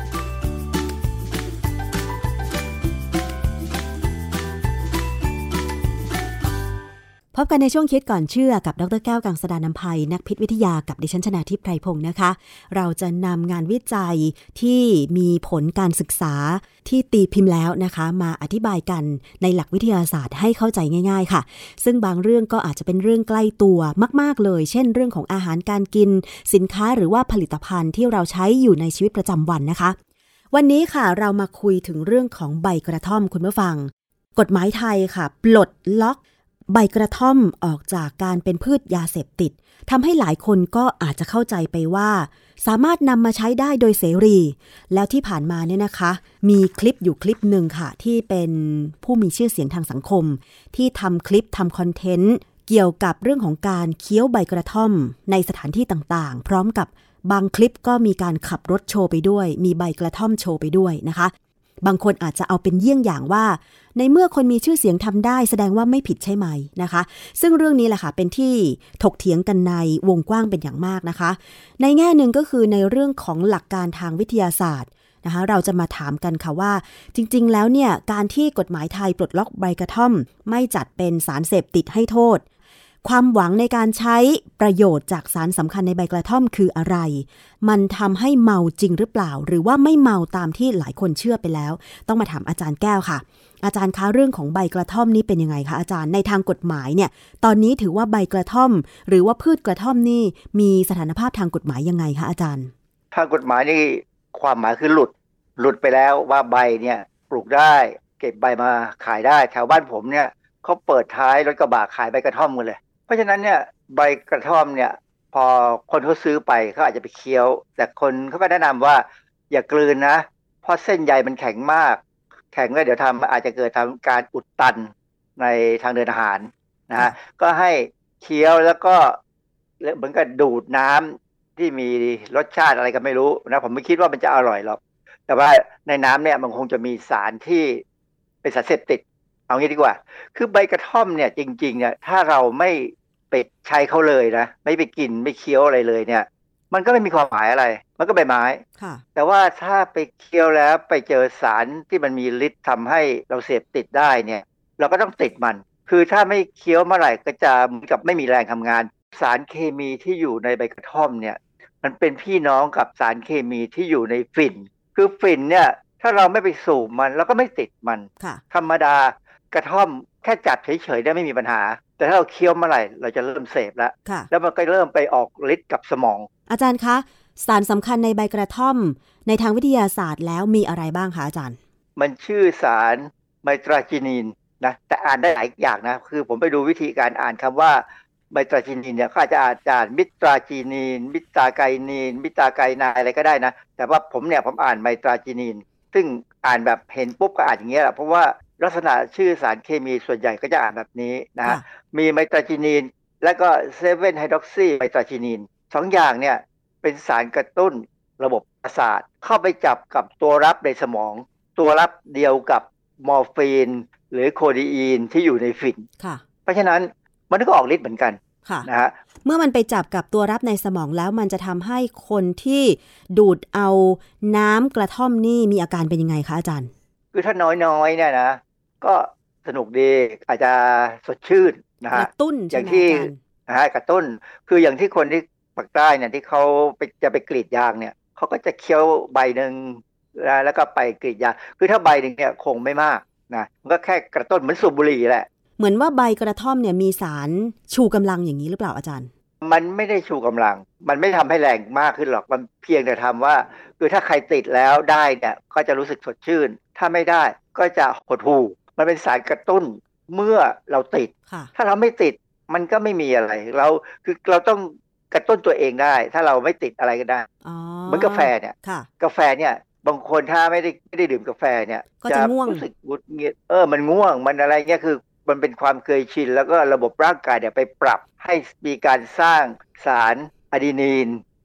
พบกันในช่วงคิดก่อนเชื่อกับดร.แก้วกังสดาลอำไพนักพิษวิทยากับดิฉันชนาทิพย์ไพรพงศ์นะคะเราจะนำงานวิจัยที่มีผลการศึกษาที่ตีพิมพ์แล้วนะคะมาอธิบายกันในหลักวิทยาศาสตร์ให้เข้าใจง่ายๆค่ะซึ่งบางเรื่องก็อาจจะเป็นเรื่องใกล้ตัวมากๆเลยเช่นเรื่องของอาหารการกินสินค้าหรือว่าผลิตภัณฑ์ที่เราใช้อยู่ในชีวิตประจำวันนะคะวันนี้ค่ะเรามาคุยถึงเรื่องของใบกระท่อมคุณผู้ฟังกฎหมายไทยค่ะปลดล็อกใบกระท่อมออกจากการเป็นพืชยาเสพติดทำให้หลายคนก็อาจจะเข้าใจไปว่าสามารถนำมาใช้ได้โดยเสรีแล้วที่ผ่านมาเนี่ยนะคะมีคลิปอยู่คลิปหนึ่งค่ะที่เป็นผู้มีชื่อเสียงทางสังคมที่ทำคลิปทำคอนเทนต์เกี่ยวกับเรื่องของการเคี้ยวใบกระท่อมในสถานที่ต่างๆพร้อมกับบางคลิปก็มีการขับรถโชว์ไปด้วยมีใบกระท่อมโชว์ไปด้วยนะคะบางคนอาจจะเอาเป็นเยี่ยงอย่างว่าในเมื่อคนมีชื่อเสียงทำได้แสดงว่าไม่ผิดใช่ไหมนะคะซึ่งเรื่องนี้แหละค่ะเป็นที่ถกเถียงกันในวงกว้างเป็นอย่างมากนะคะในแง่หนึ่งก็คือในเรื่องของหลักการทางวิทยาศาสตร์นะคะเราจะมาถามกันค่ะว่าจริงๆแล้วเนี่ยการที่กฎหมายไทยปลดล็อกใบกระท่อมไม่จัดเป็นสารเสพติดให้โทษความหวังในการใช้ประโยชน์จากสารสำคัญในใบกระท่อมคืออะไรมันทำให้เมาจริงหรือเปล่าหรือว่าไม่เมาตามที่หลายคนเชื่อไปแล้วต้องมาถามอาจารย์แก้วค่ะอาจารย์คะเรื่องของใบกระท่อมนี้เป็นยังไงคะอาจารย์ในทางกฎหมายเนี่ยตอนนี้ถือว่าใบกระท่อมหรือว่าพืชกระท่อมนี่มีสถานภาพทางกฎหมายยังไงคะอาจารย์ทางกฎหมายนี่ความหมายคือหลุดหลุดไปแล้วว่าใบเนี่ยปลูกได้เก็บใบมาขายได้แถวบ้านผมเนี่ยเขาเปิดท้ายรถกระบะขายใบกระท่อมกันเลยเพราะฉะนั้นเนี่ยใบกระท่อมเนี่ยพอคนเขาซื้อไปเขาอาจจะไปเคี้ยวแต่คนเขาก็แนะนำว่าอย่ากลืนนะเพราะเส้นใยมันแข็งมากแข็งแล้วเดี๋ยวทำอาจจะเกิดทำการอุดตันในทางเดินอาหารนะฮะก็ให้เคี้ยวแล้วก็เหมือนกับดูดน้ำที่มีรสชาติอะไรก็ไม่รู้นะผมไม่คิดว่ามันจะอร่อยหรอกแต่ว่าในน้ำเนี่ยมันคงจะมีสารที่เป็นสารเสพติดเอางี้ดีกว่าคือใบกระท่อมเนี่ยจริงๆเนี่ยถ้าเราไม่ไปใช้เขาเลยนะไม่ไปกินไม่เคี้ยวอะไรเลยเนี่ยมันก็ไม่มีความหมายอะไรมันก็ใบไม้แต่ว่าถ้าไปเคี้ยวแล้วไปเจอสารที่มันมีฤทธิ์ทำให้เราเสพติดได้เนี่ยเราก็ต้องติดมันคือถ้าไม่เคี้ยวเมื่อไหร่ก็จะเหมือนกับไม่มีแรงทำงานสารเคมีที่อยู่ในใบกระท่อมเนี่ยมันเป็นพี่น้องกับสารเคมีที่อยู่ในฝิ่นคือฝิ่นเนี่ยถ้าเราไม่ไปสูบมันเราก็ไม่ติดมันธรรมดากระท่อมแค่จับเฉยๆได้ไม่มีปัญหาแต่ถ้าเราเคี้ยวเมื่อไหร่เราจะเริ่มเสพแล้วแล้วมันก็เริ่มไปออกฤทธิ์กับสมองอาจารย์คะสารสำคัญในใบกระท่อมในทางวิทยาศาสตร์แล้วมีอะไรบ้างคะอาจารย์มันชื่อสารไมตราจินีนนะแต่อ่านได้หลายอย่างนะคือผมไปดูวิธีการอ่านคำว่าไมตราจินีนเนี่ยเขาอาจจะอ่านมิตราจินีนมิตราไกนีนมิตราไกนายอะไรก็ได้นะแต่ว่าผมเนี่ยผมอ่านไมตราจินีนซึ่งอ่านแบบเห็นปุ๊บก็อ่านอย่างเงี้ยแหละเพราะว่าลักษณะชื่อสารเคมีส่วนใหญ่ก็จะอ่านแบบนี้นะฮะมีไมตราจินีนและก็เซเว่นไฮดรอกซีไมตราจินีนสองอย่างเนี่ยเป็นสารกระตุ้นระบบประสาทเข้าไปจับกับตัวรับในสมองตัวรับเดียวกับมอร์ฟีนหรือโคดีอีนที่อยู่ในฝิ่นเพราะฉะนั้นมันก็ออกฤทธิ์เหมือนกันนะฮะเมื่อมันไปจับกับตัวรับในสมองแล้วมันจะทำให้คนที่ดูดเอาน้ำกระท่อมนี่มีอาการเป็นยังไงคะอาจารย์คือถ้าน้อยๆเนี่ยนะก็สนุกดีอาจจะสดชื่นนะฮะกระตุ้นอย่างที่นะฮะกระตุ้นคืออย่างที่คนที่ปากใต้เนี่ยที่เขาไปจะไปกรีดยางเนี่ยเขาก็จะเคี้ยวใบหนึ่งแล้วก็ไปกรีดยางคือถ้าใบหนึ่งเนี่ยคงไม่มากนะมันก็แค่กระตุ้นเหมือนสูบบุหรี่แหละเหมือนว่าใบกระท่อมเนี่ยมีสารชูกำลังอย่างนี้หรือเปล่าอาจารย์มันไม่ได้ชูกำลังมันไม่ทำให้แรงมากขึ้นหรอกมันเพียงแต่ทำว่าคือถ้าใครติดแล้วได้เนี่ยก็จะรู้สึกสดชื่นถ้าไม่ได้ก็จะหดหู่มันเป็นสารกระตุ้นเมื่อเราติดถ้าเราไม่ติดมันก็ไม่มีอะไรเราคือเราต้องกระตุ้นตัวเองได้ถ้าเราไม่ติดอะไรก็ได้เหมือนกาแฟเนี่ยกาแฟเนี่ยบางคนถ้าไม่ได้ไม่ได้ดื่มกาแฟเนี่ยจะรู้สึกงุดงิดเออมันง่วงมันอะไรเงี้ยคือมันเป็นความเคยชินแล้วก็ระบบร่างกายเนี่ยไปปรับให้มีการสร้างสารอะดีนีน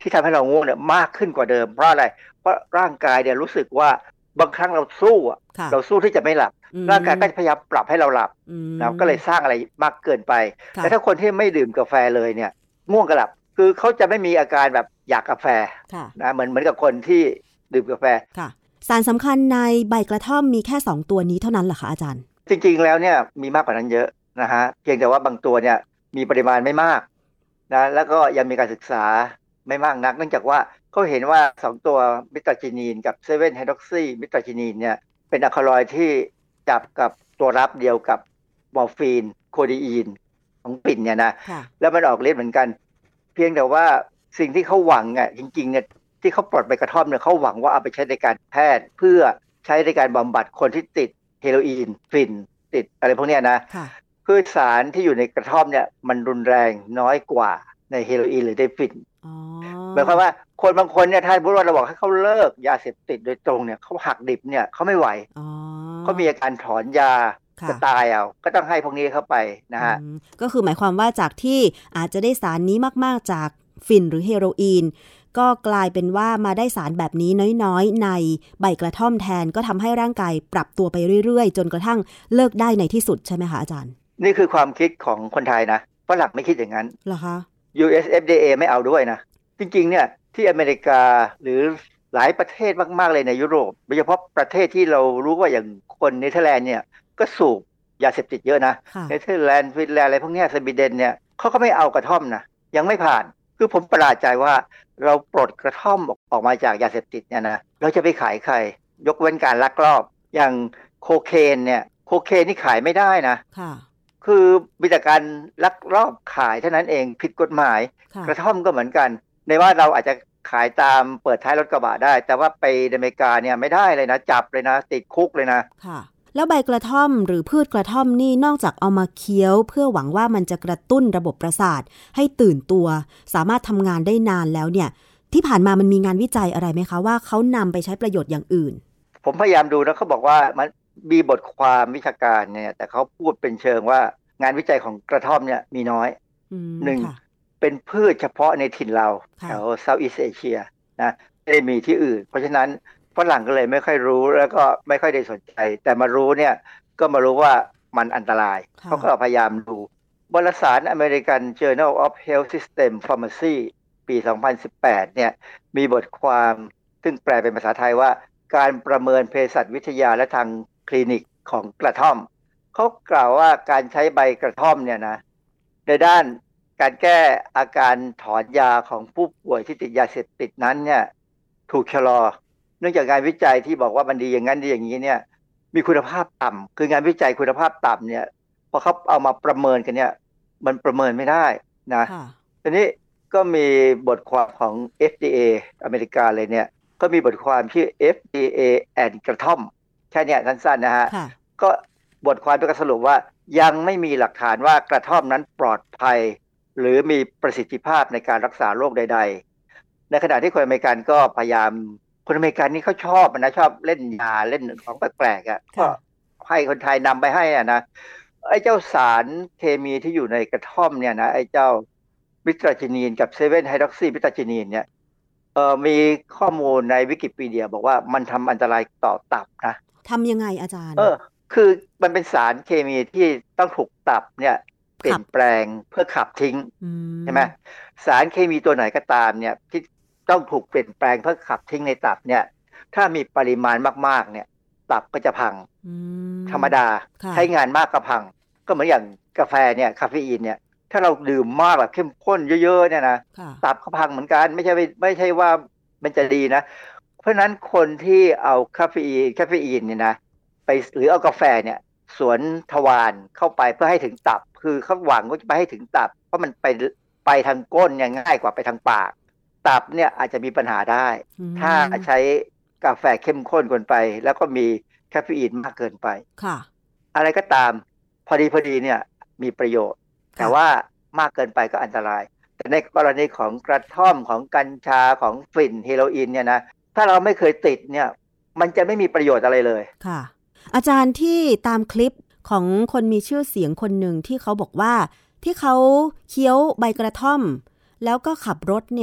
ที่ทำให้เราง่วงเนี่ยมากขึ้นกว่าเดิมเพราะอะไรเพราะร่างกายเนี่ยรู้สึกว่าบางครั้งเราสู้อ่ะเราสู้ที่จะไม่หลับร่างกายก็พยายามปรับให้เราหลับนะก็เลยสร้างอะไรมากเกินไปแต่ถ้าคนที่ไม่ดื่มกาแฟเลยเนี่ยง่วงก็หลับคือเขาจะไม่มีอาการแบบอยากกาแฟนะเหมือนเหมือนกับคนที่ดื่มกาแฟสารสำคัญในใบกระท่อมมีแค่สองตัวนี้เท่านั้นเหรอคะอาจารย์จริงๆแล้วเนี่ยมีมากกว่านั้นเยอะนะฮะเพียงแต่ว่าบางตัวเนี่ยมีปริมาณไม่มากนะแล้วก็ยังมีการศึกษาไม่มากนักเนื่องจากว่าเขาเห็นว่าสองตัวมิตราจินีนกับเซเว่นไฮดรอกซีมิตราจินีนเนี่ยเป็นอะคาลอยด์ที่จับกับตัวรับเดียวกับมอร์ฟีนโคเดอีนของปิ่นเนี่ยนะแล้วมันออกฤทธิ์เหมือนกันเพียงแต่ว่าสิ่งที่เขาหวังอ่ะจริงๆเนี่ยที่เขาปลดใบกระท่อมเนี่ยเขาหวังว่าเอาไปใช้ในการแพทย์เพื่อใช้ในการบำบัดคนที่ติดเฮโรอีนฟินติดอะไรพวกเนี้ยนะคือสารที่อยู่ในกระท่อมเนี่ยมันรุนแรงน้อยกว่าในเฮโรอีนหรือในฟินหมายความว่าคนบางคนเนี่ยถ้าพูดว่าเราบอกให้เขาเลิกยาเสพติดโดยตรงเนี่ยเขาหักดิบเนี่ยเขาไม่ไหวเขามีอาการถอนยาจะตายเอาก็ต้องให้พวกนี้เข้าไปนะฮะก็คือหมายความว่าจากที่อาจจะได้สารนี้มากๆจากฟินหรือเฮโรอีนก็กลายเป็นว่ามาได้สารแบบนี้น้อยๆในใบกระท่อมแทนก็ทำให้ร่างกายปรับตัวไปเรื่อยๆจนกระทั่งเลิกได้ในที่สุดใช่ไหมคะอาจารย์นี่คือความคิดของคนไทยนะฝรั่งไม่คิดอย่างนั้นเหรอคะยู เอส เอฟ ดี เอ ไม่เอาด้วยนะจริงๆเนี่ยที่อเมริกาหรือหลายประเทศมากๆเลยในยุโรปโดยเฉพาะประเทศที่เรารู้ว่าอย่างคนเนเธอร์แลนด์เนี่ยก็สูบยาเสพติดเยอะนะเนเธอร์แลนด์ฟินแลนด์อะไรพวกนี้สวีเดนเนี่ยเขาก็ไม่เอากระท่อมนะยังไม่ผ่านคือผมประหลาดใจว่าเราปลดกระท่อมออกมาจากยาเสพติดเนี่ยนะเราจะไปขายใครยกเว้นการลักลอบอย่างโคเคนเนี่ยโคเคนนี่ขายไม่ได้นะคือมีแต่การลักลอบขายเท่านั้นเองผิดกฎหมายกระท่อมก็เหมือนกันในว่าเราอาจจะขายตามเปิดท้ายรถกระบะได้แต่ว่าไปอเมริกาเนี่ยไม่ได้เลยนะจับเลยนะติดคุกเลยนะค่ะแล้วใบกระท่อมหรือพืชกระท่อมนี่นอกจากเอามาเคี้ยวเพื่อหวังว่ามันจะกระตุ้นระบบประสาทให้ตื่นตัวสามารถทำงานได้นานแล้วเนี่ยที่ผ่านมามันมีงานวิจัยอะไรไหมคะว่าเขานำไปใช้ประโยชน์อย่างอื่นผมพยายามดูนะเขาบอกว่ามันมีบทความวิชาการเนี่ยแต่เขาพูดเป็นเชิงว่างานวิจัยของกระท่อมเนี่ยมีน้อยหนึ่งเป็นพืชเฉพาะในถิ่นเราแถวเซาท์อีสต์เอเชียนะไม่ได้มีที่อื่นเพราะฉะนั้นฝรั่งก็เลยไม่ค่อยรู้แล้วก็ไม่ค่อยได้สนใจแต่มารู้เนี่ยก็มารู้ว่ามันอันตรายเขาก็พยายามดูวารสาร American Journal of Health System Pharmacy ปี สองพันสิบแปด เนี่ยมีบทความซึ่งแปลเป็นภาษาไทยว่าการประเมินเภสัชวิทยาและทางคลินิกของกระท่อมเขากล่าวว่าการใช้ใบกระท่อมเนี่ยนะในด้านการแก้อาการถอนยาของผู้ป่วยที่ติดยาเสพติดนั้นเนี่ยถูกชะลอเนื่องจากงานวิจัยที่บอกว่ามันดีอย่างนั้นดีอย่างนี้เนี่ยมีคุณภาพต่ำคืองานวิจัยคุณภาพต่ำเนี่ยพอเขาเอามาประเมินกันเนี่ยมันประเมินไม่ได้นะทีนี้ก็มีบทความของ เอฟ ดี เอ อเมริกาเลยเนี่ยก็มีบทความชื่อ เอฟ ดี เอ and กระท่อมแค่นี้สั้นๆนะฮะก็บทความก็สรุปว่ายังไม่มีหลักฐานว่ากระท่อมนั้นปลอดภัยหรือมีประสิทธิภาพในการรักษาโรคใดๆในขณะที่คนอเมริกันก็พยายามคนอเมริกันนี่เขาชอบนะชอบเล่นยาเล่นของแปลกๆอ่ะก็ให้คนไทยนำไปให้อ่ะนะไอ้เจ้าสารเคมีที่อยู่ในกระท่อมเนี่ยนะไอ้เจ้ามิตราจินีนกับเซเว่นไฮดรอกซีมิตราจินีนเนี่ยเอ่อมีข้อมูลในวิกิพีเดียบอกว่ามันทำอันตรายต่อตับนะทำยังไงอาจารย์เออคือมันเป็นสารเคมีที่ต้องถูกตับเนี่ยเปลี่ยนแปลงเพื่อขับทิ้งใช่ไหมสารเคมีตัวไหนก็ตามเนี่ยที่ต้องถูกเปลี่ยนแปลงเพื่อขับทิ้งในตับเนี่ยถ้ามีปริมาณมากๆเนี่ยตับก็จะพังธรรมดาใช้งานมากก็พังก็เหมือนอย่างกาแฟเนี่ยคาเฟอีนเนี่ยถ้าเราดื่มมากแบบเข้มข้นเยอะๆเนี่ยนะตับก็พังเหมือนกันไม่ใช่ไม่ใช่ว่ามันจะดีนะเพราะฉะนั้นคนที่เอาคาเฟอีนคาเฟอีนเนี่ยนะไปหรือเอากาแฟเนี่ยสวนทวารเข้าไปเพื่อให้ถึงตับคือเขาหวังว่าจะไปให้ถึงตับเพราะมันไปไปทางก้นเนี่ยง่ายกว่าไปทางปากตับเนี่ยอาจจะมีปัญหาได้ถ้าใช้กาแฟเข้มข้นเกินไปแล้วก็มีคาเฟอีนมากเกินไปค่ะอะไรก็ตามพอดีพอดีเนี่ยมีประโยชน์แต่ว่ามากเกินไปก็อันตรายแต่ในกรณีของกระท่อมของกัญชาของฝิ่นเฮโรอีนเนี่ยนะถ้าเราไม่เคยติดเนี่ยมันจะไม่มีประโยชน์อะไรเลยค่ะอาจารย์ที่ตามคลิปของคนมีชื่อเสียงคนหนึ่งที่เขาบอกว่าที่เขาเคี้ยวใบกระท่อมแล้วก็ขับรถเนี่ย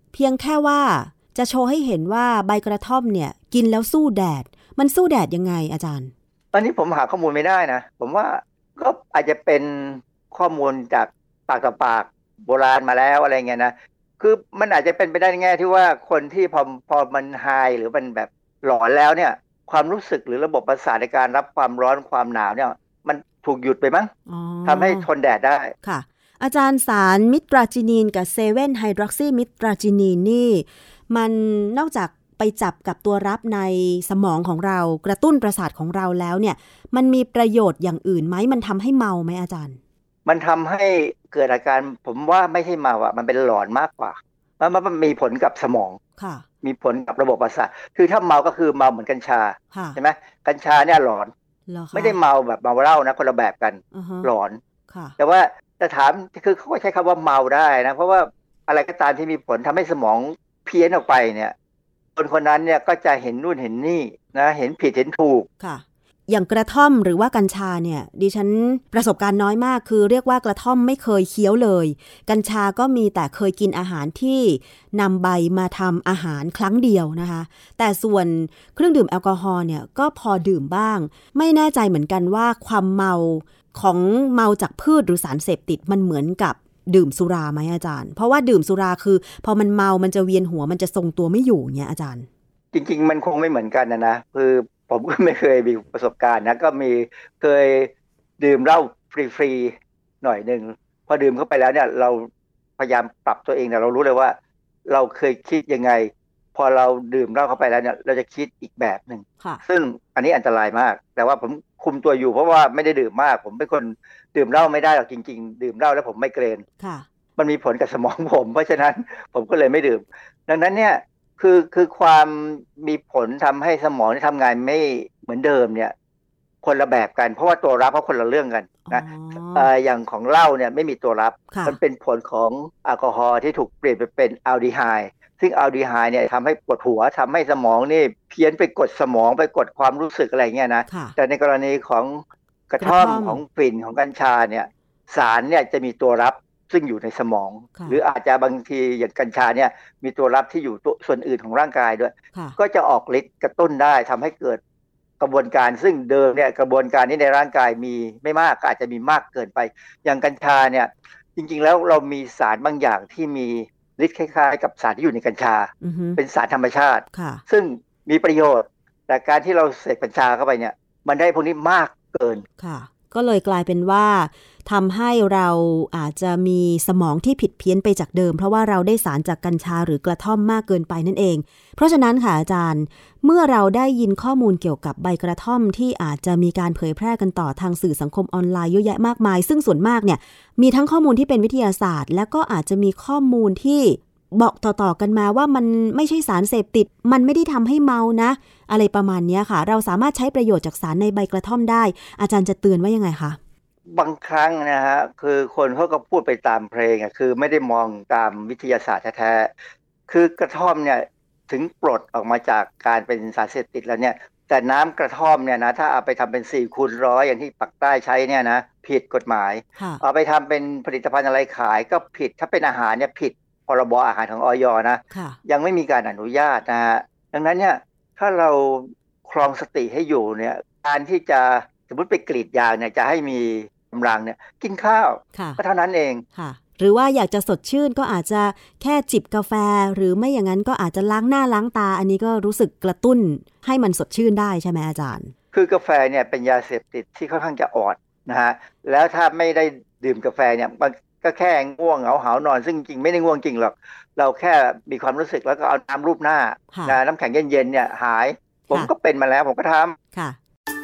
เพียงแค่ว่าจะโชว์ให้เห็นว่าใบกระท่อมเนี่ยกินแล้วสู้แดดมันสู้แดดยังไงอาจารย์ตอนนี้ผมหาข้อมูลไม่ได้นะผมว่าก็อาจจะเป็นข้อมูลจากปากต่อปากโบราณมาแล้วอะไรเงี้ยนะคือมันอาจจะเป็นไปได้ในแง่ที่ว่าคนที่พอพอมันไฮหรือมันแบบหลอนแล้วเนี่ยความรู้สึกหรือระบบประสาทในการรับความร้อนความหนาวเนี่ยมันถูกหยุดไปมั้งทำให้ทนแดดได้ค่ะอาจารย์สารมิตราจินีนกับเซเว่นไฮดรอกซีมิตราจินีนนี่มันนอกจากไปจับกับตัวรับในสมองของเรากระตุ้นประสาทของเราแล้วเนี่ยมันมีประโยชน์อย่างอื่นไหมมันทำให้เมาไหมอาจารย์มันทำให้เกิดอาการผมว่าไม่ใช่เมาอ่ะมันเป็นหลอนมากกว่ามันมันมีผลกับสมองค่ะมีผลกับระบบประสาทคือถ้าเมาก็คือเมาเหมือนกัญชาใช่ไหมกัญชาเนี่ยหลอนไม่ได้เมาแบบเมาเหล้านะคนละแบบกัน uh-huh. หลอนแต่ว่าจะถามคือเขาก็ใช้คำว่าเมาได้นะเพราะว่าอะไรก็ตามที่มีผลทำให้สมองเพี้ยนออกไปเนี่ยคนคนนั้นเนี่ยก็จะเห็นนู่นเห็นนี่นะเห็นผิดเห็นถูกค่ะอย่างกระท่อมหรือว่ากัญชาเนี่ยดิฉันประสบการณ์น้อยมากคือเรียกว่ากระท่อมไม่เคยเคี้ยวเลยกัญชาก็มีแต่เคยกินอาหารที่นำใบมาทำอาหารครั้งเดียวนะคะแต่ส่วนเครื่องดื่มแอลกอฮอล์เนี่ยก็พอดื่มบ้างไม่แน่ใจเหมือนกันว่าความเมาของเมาจากพืชหรือสารเสพติดมันเหมือนกับดื่มสุราไหมอาจารย์เพราะว่าดื่มสุราคือพอมันเมามันจะเวียนหัวมันจะทรงตัวไม่อยู่เนี่ยอาจารย์จริงๆมันคงไม่เหมือนกันนะนะคือผมก็ไม่เคยมีประสบการณ์นะก็มีเคยดื่มเหล้าฟรีๆหน่อยนึงพอดื่มเข้าไปแล้วเนี่ยเราพยายามปรับตัวเองเนี่ยเรารู้เลยว่าเราเคยคิดยังไงพอเราดื่มเหล้าเข้าไปแล้วเนี่ยเราจะคิดอีกแบบนึงซึ่งอันนี้อันตรายมากแต่ว่าผมคุมตัวอยู่เพราะว่าไม่ได้ดื่มมากผมเป็นคนดื่มเหล้าไม่ได้หรอกจริงๆดื่มเหล้าแล้วผมไม่เกรนมันมีผลกับสมองผมเพราะฉะนั้นผมก็เลยไม่ดื่มดังนั้นเนี่ยคือคือความมีผลทำให้สมองที่ทำงานไม่เหมือนเดิมเนี่ยคนละแบบกันเพราะว่าตัวรับเขาคนละเรื่องกันนะเอ่ออย่างของเหล้าเนี่ยไม่มีตัวรับมันเป็นผลของแอลกอฮอล์ที่ถูกเปลี่ยนไปเป็นอัลดีไฮด์ซึ่งอัลดีไฮด์เนี่ยทำให้ปวดหัวทำให้สมองนี่เพี้ยนไปกดสมองไปกดความรู้สึกอะไรเงี้ยนะแต่ในกรณีของกระท่อมของฝิ่นของกัญชาเนี่ยสารเนี่ยจะมีตัวรับซึ่งอยู่ในสมองหรืออาจจะบางทีอย่างกัญชาเนี่ยมีตัวรับที่อยู่ตัวส่วนอื่นของร่างกายด้วยก็จะออกฤทธิ์กระตุ้นได้ทำให้เกิดกระบวนการซึ่งเดิมเนี่ยกระบวนการนี้ในร่างกายมีไม่มากก็อาจจะมีมากเกินไปอย่างกัญชาเนี่ยจริงๆแล้วเรามีสารบางอย่างที่มีฤทธิ์คล้ายๆกับสารที่อยู่ในกัญชา uh-huh. เป็นสารธรรมชาติซึ่งมีประโยชน์แต่การที่เราเสพกัญชาเข้าไปเนี่ยมันได้พวกนี้มากเกินค่ะก็เลยกลายเป็นว่าทำให้เราอาจจะมีสมองที่ผิดเพี้ยนไปจากเดิมเพราะว่าเราได้สารจากกัญชาหรือกระท่อมมากเกินไปนั่นเองเพราะฉะนั้นค่ะอาจารย์เมื่อเราได้ยินข้อมูลเกี่ยวกับใบกระท่อมที่อาจจะมีการเผยแพร่กันต่อทางสื่อสังคมออนไลน์เยอะแยะมากมายซึ่งส่วนมากเนี่ยมีทั้งข้อมูลที่เป็นวิทยาศาสตร์และก็อาจจะมีข้อมูลที่บอกต่อๆกันมาว่ามันไม่ใช่สารเสพติดมันไม่ได้ทำให้เมานะอะไรประมาณนี้ค่ะเราสามารถใช้ประโยชน์จากสารในใบกระท่อมได้อาจารย์จะเตือนว่ายังไงคะบางครั้งนะฮะคือคนเขาก็พูดไปตามเพลงอ่ะคือไม่ได้มองตามวิทยาศาสตร์แท้ๆคือกระท่อมเนี่ยถึงปลดออกมาจากการเป็นสารเสพติดแล้วเนี่ยแต่น้ำกระท่อมเนี่ยนะถ้าเอาไปทำเป็นสี่คูณร้อยอย่างที่ปักใต้ใช้เนี่ยนะผิดกฎหมายเอาไปทำเป็นผลิตภัณฑ์อะไรขายก็ผิดถ้าเป็นอาหารเนี่ยผิดพรบอาหารของอย.นะยังไม่มีการอนุญาตนะฮะดังนั้นเนี่ยถ้าเราครองสติให้อยู่เนี่ยการที่จะสมมติไปกรีดยางเนี่ยจะให้มีกำลังเนี่ยกินข้าวก็เท่านั้นเองหรือว่าอยากจะสดชื่นก็อาจจะแค่จิบกาแฟหรือไม่อย่างนั้นก็อาจจะล้างหน้าล้างตาอันนี้ก็รู้สึกกระตุ้นให้มันสดชื่นได้ใช่ไหมอาจารย์คือกาแฟเนี่ยเป็นยาเสพติดที่ค่อนข้างจะอ่อนนะฮะแล้วถ้าไม่ได้ดื่มกาแฟเนี่ยมันก็แค่ง่วงเหงาหานอนซึ่งจริงไม่ได้ง่วงจริงหรอกเราแค่มีความรู้สึกแล้วก็เอาน้ำรูปหน้านะน้ำแข็งเย็นๆเนี่ยหายผมก็เป็นมาแล้วผมก็ทำค่ะ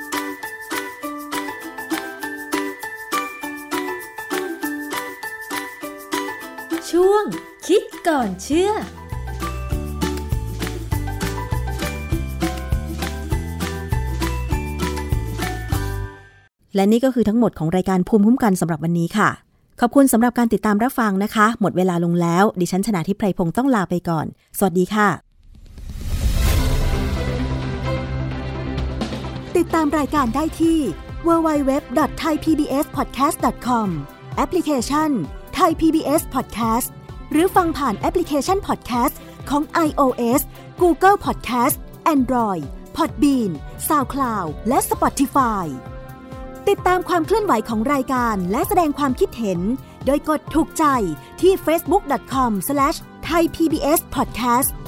ช่วงคิดก่อนเชื่อและนี่ก็คือทั้งหมดของรายการภูมิคุ้มกันสำหรับวันนี้ค่ะขอบคุณสำหรับการติดตามรับฟังนะคะหมดเวลาลงแล้วดิฉันชนาธิปไพรพงศ์ต้องลาไปก่อนสวัสดีค่ะติดตามรายการได้ที่ ดับเบิลยู ดับเบิลยู ดับเบิลยู ดอท ไทย พี บี เอส พอดแคสต์ ดอท คอม แอปพลิเคชัน Thai พี บี เอส Podcast หรือฟังผ่านแอปพลิเคชัน Podcast ของ iOS Google Podcast Android Podbean SoundCloud และ Spotify ติดตามความเคลื่อนไหวของรายการและแสดงความคิดเห็นโดยกดถูกใจที่ เฟซบุ๊ก ดอท คอม สแลช ไทย พี บี เอส พอดแคสต์